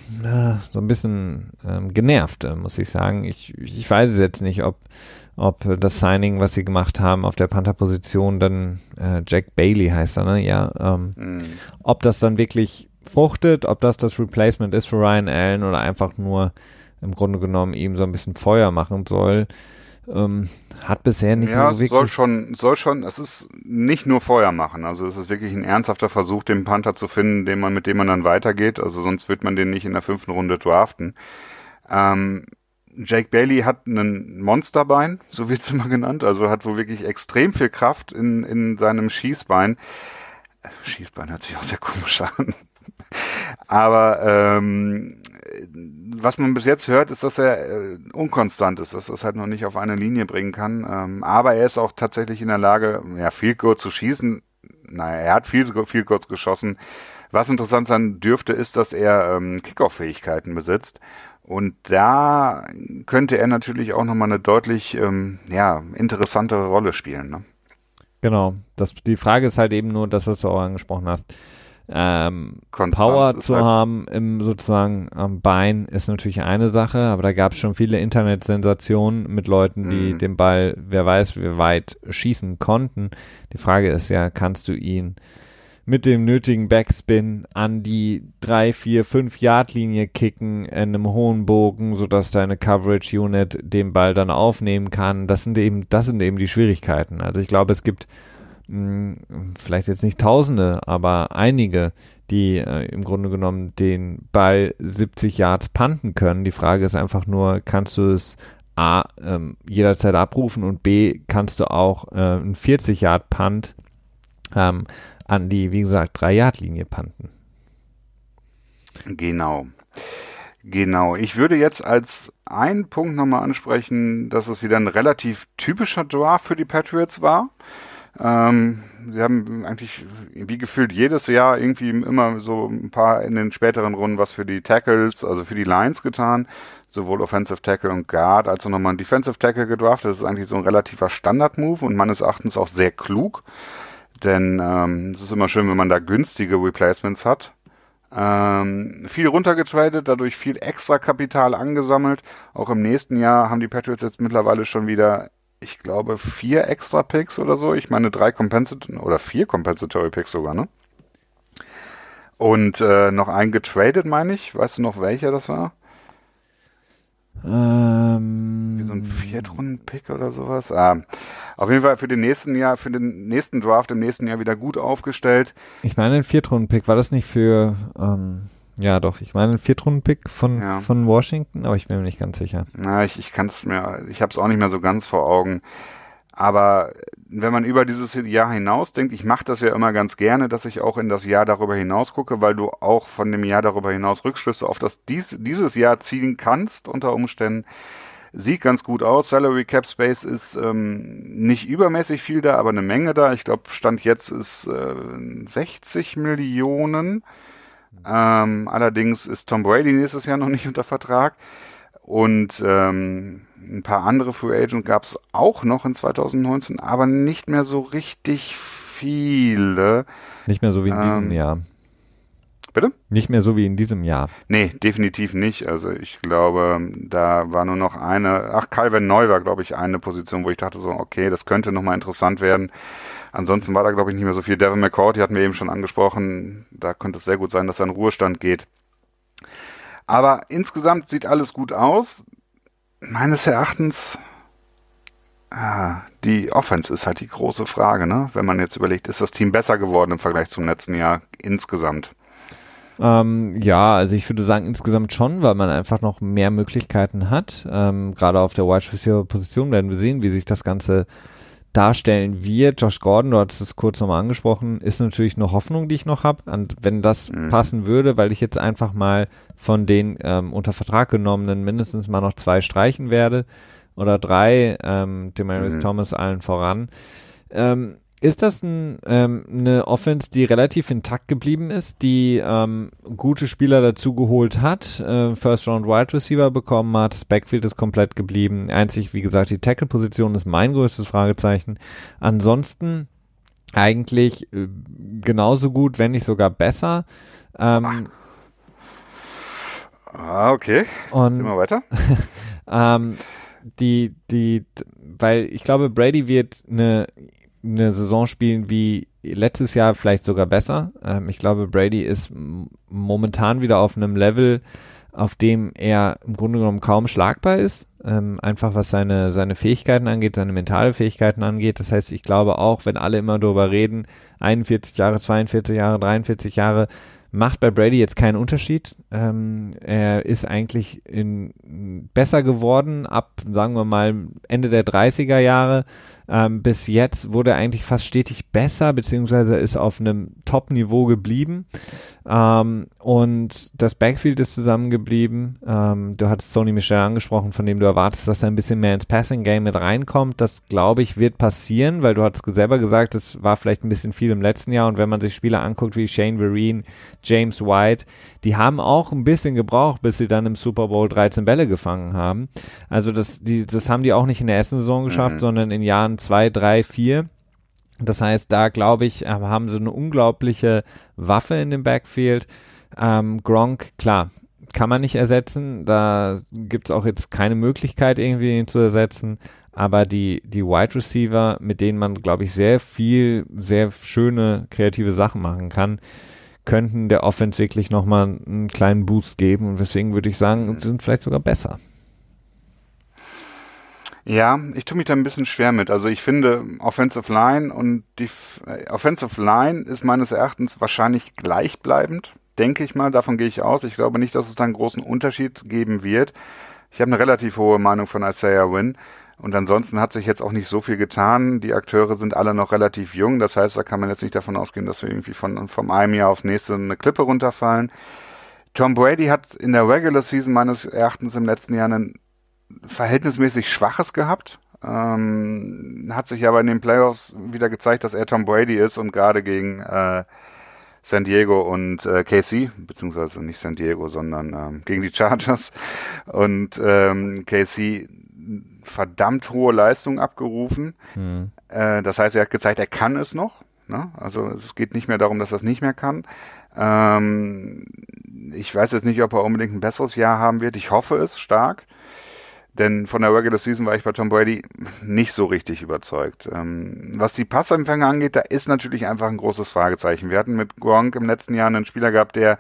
genervt, muss ich sagen. Ich weiß es jetzt nicht, ob das Signing, was sie gemacht haben auf der Panther-Position, dann Jack Bailey heißt er, ne? Ja, ob das dann wirklich fruchtet, ob das Replacement ist für Ryan Allen oder einfach nur im Grunde genommen ihm so ein bisschen Feuer machen soll, hat bisher nicht so wirklich... soll schon, es ist nicht nur Feuer machen, also es ist wirklich ein ernsthafter Versuch, den Panther zu finden, mit dem man dann weitergeht, also sonst wird man den nicht in der 5. Runde draften. Jake Bailey hat einen Monsterbein, so wird's immer genannt, also hat wohl wirklich extrem viel Kraft in seinem Schießbein. Schießbein hört sich auch sehr komisch an. Aber was man bis jetzt hört, ist, dass er unkonstant ist, dass er es halt noch nicht auf eine Linie bringen kann. Aber er ist auch tatsächlich in der Lage, Field Goal zu schießen. Naja, er hat viel Goals geschossen. Was interessant sein dürfte, ist, dass er Kickoff-Fähigkeiten besitzt. Und da könnte er natürlich auch nochmal eine deutlich interessantere Rolle spielen. Ne? Genau. Die Frage ist halt eben nur das, was du auch angesprochen hast. Power zu haben sozusagen am Bein ist natürlich eine Sache, aber da gab es schon viele Internetsensationen mit Leuten, die den Ball, wer weiß, wie weit schießen konnten. Die Frage ist ja, kannst du ihn mit dem nötigen Backspin an die 3, 4, 5 Yard-Linie kicken in einem hohen Bogen, sodass deine Coverage-Unit den Ball dann aufnehmen kann. Das sind eben die Schwierigkeiten. Also ich glaube, es gibt vielleicht jetzt nicht Tausende, aber einige, die im Grunde genommen den Ball 70 Yards punten können. Die Frage ist einfach nur, kannst du es A, jederzeit abrufen und B, kannst du auch einen 40 Yard Punt an die, wie gesagt, 3-Yard-Linie punten. Genau. Ich würde jetzt als einen Punkt nochmal ansprechen, dass es wieder ein relativ typischer Draft für die Patriots war. Sie haben eigentlich wie gefühlt jedes Jahr irgendwie immer so ein paar in den späteren Runden was für die Tackles, also für die Lines getan, sowohl Offensive Tackle und Guard, als auch nochmal ein Defensive Tackle gedraftet. Das ist eigentlich so ein relativer Standard-Move und meines Erachtens auch sehr klug, denn es ist immer schön, wenn man da günstige Replacements hat. Viel runtergetradet, dadurch viel extra Kapital angesammelt. Auch im nächsten Jahr haben die Patriots jetzt mittlerweile schon wieder, ich glaube, 4 extra Picks oder so. Ich meine 4 Compensatory Picks sogar, ne? Und noch einen getradet, meine ich. Weißt du noch, welcher das war? Wie so ein Viertrunden-Pick oder sowas. Auf jeden Fall für den nächsten Draft im nächsten Jahr wieder gut aufgestellt. Ich meine, ein Viertrunden-Pick, war das nicht für, ja doch, ich meine ein Viertrunden-Pick von Washington, aber ich bin mir nicht ganz sicher. Na, ich habe es auch nicht mehr so ganz vor Augen. Aber wenn man über dieses Jahr hinaus denkt, ich mache das ja immer ganz gerne, dass ich auch in das Jahr darüber hinaus gucke, weil du auch von dem Jahr darüber hinaus Rückschlüsse auf dieses Jahr ziehen kannst unter Umständen. Sieht ganz gut aus. Salary Cap Space ist nicht übermäßig viel da, aber eine Menge da. Ich glaube, Stand jetzt ist 60 Millionen. Allerdings ist Tom Brady nächstes Jahr noch nicht unter Vertrag. Und ein paar andere Free Agent gab es auch noch in 2019, aber nicht mehr so richtig viele. Nicht mehr so wie in diesem Jahr. Bitte? Nicht mehr so wie in diesem Jahr. Nee, definitiv nicht. Also ich glaube, da war nur noch Calvin Neu war, glaube ich, eine Position, wo ich dachte so, okay, das könnte nochmal interessant werden. Ansonsten war da, glaube ich, nicht mehr so viel. Devin McCourty hatten wir eben schon angesprochen. Da könnte es sehr gut sein, dass er in Ruhestand geht. Aber insgesamt sieht alles gut aus. Meines Erachtens, die Offense ist halt die große Frage, ne? Wenn man jetzt überlegt, ist das Team besser geworden im Vergleich zum letzten Jahr insgesamt? Ja, also ich würde sagen insgesamt schon, weil man einfach noch mehr Möglichkeiten hat. Gerade auf der Wide Receiver Position werden wir sehen, wie sich das Ganze darstellen wird. Josh Gordon, du hattest es kurz nochmal angesprochen, ist natürlich eine Hoffnung, die ich noch habe. Und wenn das passen würde, weil ich jetzt einfach mal von den unter Vertrag genommenen mindestens mal noch 2 streichen werde oder 3, Demaryius Thomas allen voran. Ist das eine Offense, die relativ intakt geblieben ist, die gute Spieler dazu geholt hat, First-Round Wide Receiver bekommen hat, das Backfield ist komplett geblieben. Einzig, wie gesagt, die Tackle-Position ist mein größtes Fragezeichen. Ansonsten eigentlich genauso gut, wenn nicht sogar besser. Okay. Und Sehen wir weiter. weil ich glaube, Brady wird eine Saison spielen wie letztes Jahr, vielleicht sogar besser. Ich glaube, Brady ist momentan wieder auf einem Level, auf dem er im Grunde genommen kaum schlagbar ist. Einfach was seine Fähigkeiten angeht, seine mentale Fähigkeiten angeht. Das heißt, ich glaube auch, wenn alle immer darüber reden, 41 Jahre, 42 Jahre, 43 Jahre, macht bei Brady jetzt keinen Unterschied. Er ist eigentlich besser geworden ab, sagen wir mal, Ende der 30er Jahre. Bis jetzt wurde er eigentlich fast stetig besser, beziehungsweise ist auf einem Top-Niveau geblieben. Und das Backfield ist zusammengeblieben. Du hattest Sony Michel angesprochen, von dem du erwartest, dass er ein bisschen mehr ins Passing-Game mit reinkommt. Das, glaube ich, wird passieren, weil du hattest selber gesagt, es war vielleicht ein bisschen viel im letzten Jahr. Und wenn man sich Spieler anguckt wie Shane Vereen, James White, die haben auch ein bisschen gebraucht, bis sie dann im Super Bowl 13 Bälle gefangen haben. Also das haben die auch nicht in der ersten Saison geschafft, sondern in Jahren 2, 3, 4. Das heißt, da glaube ich, haben sie eine unglaubliche Waffe in dem Backfield. Gronk, klar, kann man nicht ersetzen. Da gibt es auch jetzt keine Möglichkeit, irgendwie ihn zu ersetzen. Aber die Wide Receiver, mit denen man, glaube ich, sehr schöne, kreative Sachen machen kann, könnten der Offense wirklich nochmal einen kleinen Boost geben. Und deswegen würde ich sagen, sind vielleicht sogar besser. Ja, ich tue mich da ein bisschen schwer mit. Also ich finde Offensive Line und die Offensive Line ist meines Erachtens wahrscheinlich gleichbleibend, denke ich mal. Davon gehe ich aus. Ich glaube nicht, dass es da einen großen Unterschied geben wird. Ich habe eine relativ hohe Meinung von Isaiah Wynn. Und ansonsten hat sich jetzt auch nicht so viel getan. Die Akteure sind alle noch relativ jung. Das heißt, da kann man jetzt nicht davon ausgehen, dass wir irgendwie vom einem Jahr aufs nächste eine Klippe runterfallen. Tom Brady hat in der Regular Season meines Erachtens im letzten Jahr einen verhältnismäßig Schwaches gehabt. Hat sich aber in den Playoffs wieder gezeigt, dass er Tom Brady ist und gerade gegen San Diego und KC, beziehungsweise nicht San Diego, sondern gegen die Chargers und KC verdammt hohe Leistung abgerufen. Das heißt, er hat gezeigt, er kann es noch. Ne? Also es geht nicht mehr darum, dass er es nicht mehr kann. Ich weiß jetzt nicht, ob er unbedingt ein besseres Jahr haben wird. Ich hoffe es stark. Denn von der Regular Season war ich bei Tom Brady nicht so richtig überzeugt. Was die Passempfänger angeht, da ist natürlich einfach ein großes Fragezeichen. Wir hatten mit Gronk im letzten Jahr einen Spieler gehabt, der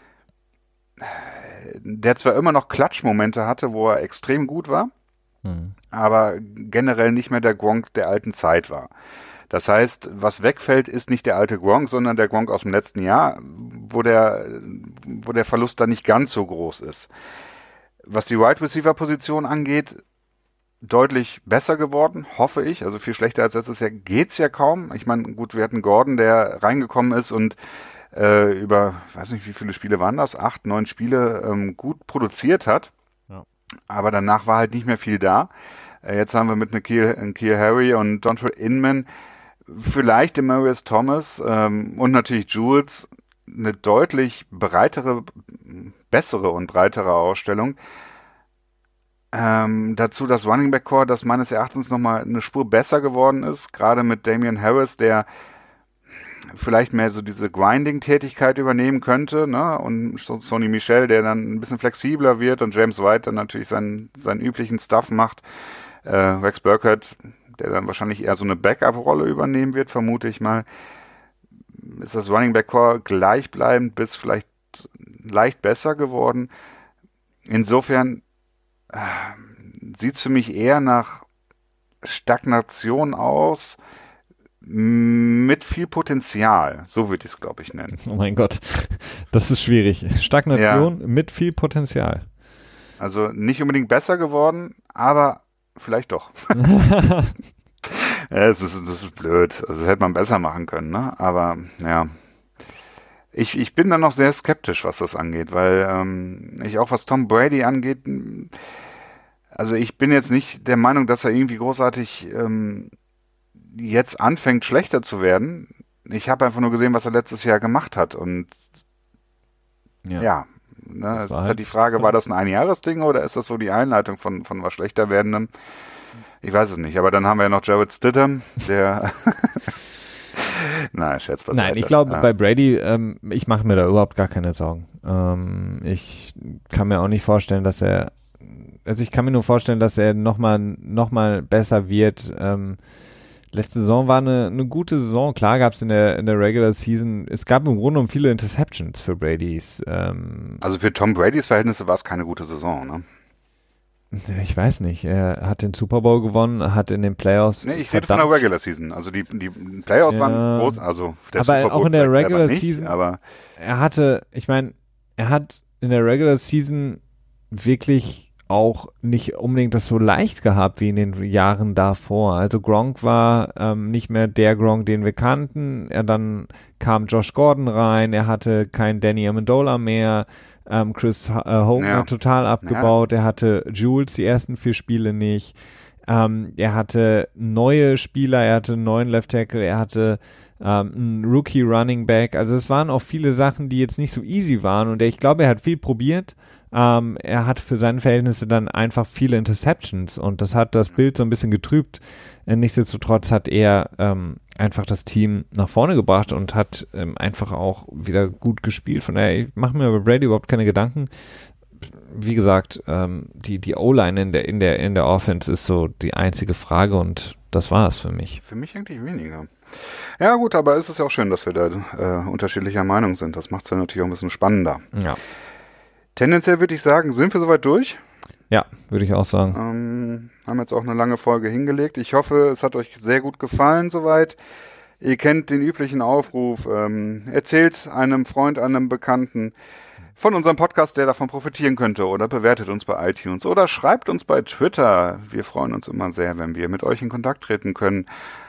zwar immer noch Klatschmomente hatte, wo er extrem gut war, aber generell nicht mehr der Gronk der alten Zeit war. Das heißt, was wegfällt, ist nicht der alte Gronk, sondern der Gronk aus dem letzten Jahr, wo der Verlust dann nicht ganz so groß ist. Was die Wide Receiver Position angeht, deutlich besser geworden, hoffe ich. Also viel schlechter als letztes Jahr geht's ja kaum. Ich meine, gut, wir hatten Gordon, der reingekommen ist und über, weiß nicht, wie viele Spiele waren das? 8, 9 Spiele gut produziert hat. Ja. Aber danach war halt nicht mehr viel da. Jetzt haben wir mit N'Keal Harry und Dontrell Inman vielleicht Demaryius Thomas und natürlich Jules eine deutlich bessere und breitere Ausstellung. Dazu das Running Back Core, das meines Erachtens nochmal eine Spur besser geworden ist, gerade mit Damian Harris, der vielleicht mehr so diese Grinding-Tätigkeit übernehmen könnte, ne? Und Sonny Michel, der dann ein bisschen flexibler wird und James White dann natürlich seinen üblichen Stuff macht. Rex Burkhead, der dann wahrscheinlich eher so eine Backup-Rolle übernehmen wird, vermute ich mal. Ist das Running Back Core gleichbleibend bis vielleicht leicht besser geworden. Insofern sieht es für mich eher nach Stagnation aus, mit viel Potenzial. So würde ich es, glaube ich, nennen. Oh mein Gott, das ist schwierig. Stagnation mit viel Potenzial. Also nicht unbedingt besser geworden, aber vielleicht doch. Das ist blöd. Also das hätte man besser machen können, ne? Aber ja. Ich bin da noch sehr skeptisch, was das angeht, weil ich auch, was Tom Brady angeht, also ich bin jetzt nicht der Meinung, dass er irgendwie großartig jetzt anfängt, schlechter zu werden. Ich habe einfach nur gesehen, was er letztes Jahr gemacht hat und ja, ne, es ist halt die Frage, war das ein Einjahresding oder ist das so die Einleitung von was schlechter werdendem? Ich weiß es nicht, aber dann haben wir ja noch Jarrett Stidham, der Nein, Scherz beiseite. Nein, ich glaube, bei Brady, ich mache mir da überhaupt gar keine Sorgen. Ich kann mir auch nicht vorstellen, dass er, also ich kann mir nur vorstellen, dass er noch mal besser wird. Letzte Saison war eine gute Saison. Klar gab es in der Regular Season, es gab im Grunde genommen viele Interceptions für Bradys. Also für Tom Bradys Verhältnisse war es keine gute Saison, ne? Ich weiß nicht. Er hat den Super Bowl gewonnen, hat in den Playoffs. Nee, ich rede von der Regular Season. Also die Playoffs waren groß, also der aber Super Bowl auch in der Regular nicht, Season. Aber er hat in der Regular Season wirklich auch nicht unbedingt das so leicht gehabt wie in den Jahren davor. Also Gronk war nicht mehr der Gronk, den wir kannten. Dann kam Josh Gordon rein. Er hatte kein Danny Amendola mehr. Chris Hogan hat total abgebaut. Er hatte Jules die ersten 4 Spiele nicht. Er hatte neue Spieler. Er hatte einen neuen Left Tackle. Er hatte einen Rookie Running Back. Also es waren auch viele Sachen, die jetzt nicht so easy waren. Und ich glaube, er hat viel probiert. Er hat für seine Verhältnisse dann einfach viele Interceptions. Und das hat das Bild so ein bisschen getrübt. Nichtsdestotrotz hat er einfach das Team nach vorne gebracht und hat einfach auch wieder gut gespielt. Von daher, ich mache mir über Brady überhaupt keine Gedanken. Wie gesagt, die O-Line in der Offense ist so die einzige Frage und das war es für mich. Für mich eigentlich weniger. Ja gut, aber es ist ja auch schön, dass wir da unterschiedlicher Meinung sind. Das macht es ja natürlich auch ein bisschen spannender. Ja. Tendenziell würde ich sagen, sind wir soweit durch? Ja, würde ich auch sagen. Haben jetzt auch eine lange Folge hingelegt. Ich hoffe, es hat euch sehr gut gefallen soweit. Ihr kennt den üblichen Aufruf. Erzählt einem Freund, einem Bekannten von unserem Podcast, der davon profitieren könnte, oder bewertet uns bei iTunes oder schreibt uns bei Twitter. Wir freuen uns immer sehr, wenn wir mit euch in Kontakt treten können.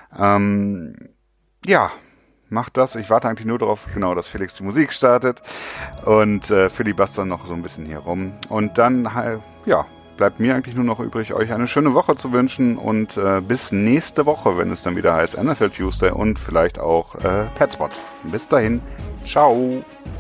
Ja, macht das. Ich warte eigentlich nur darauf, genau, dass Felix die Musik startet und filibustern noch so ein bisschen hier rum. Und dann, ja, bleibt mir eigentlich nur noch übrig, euch eine schöne Woche zu wünschen und bis nächste Woche, wenn es dann wieder heißt NFL Tuesday und vielleicht auch Petspot. Bis dahin, ciao.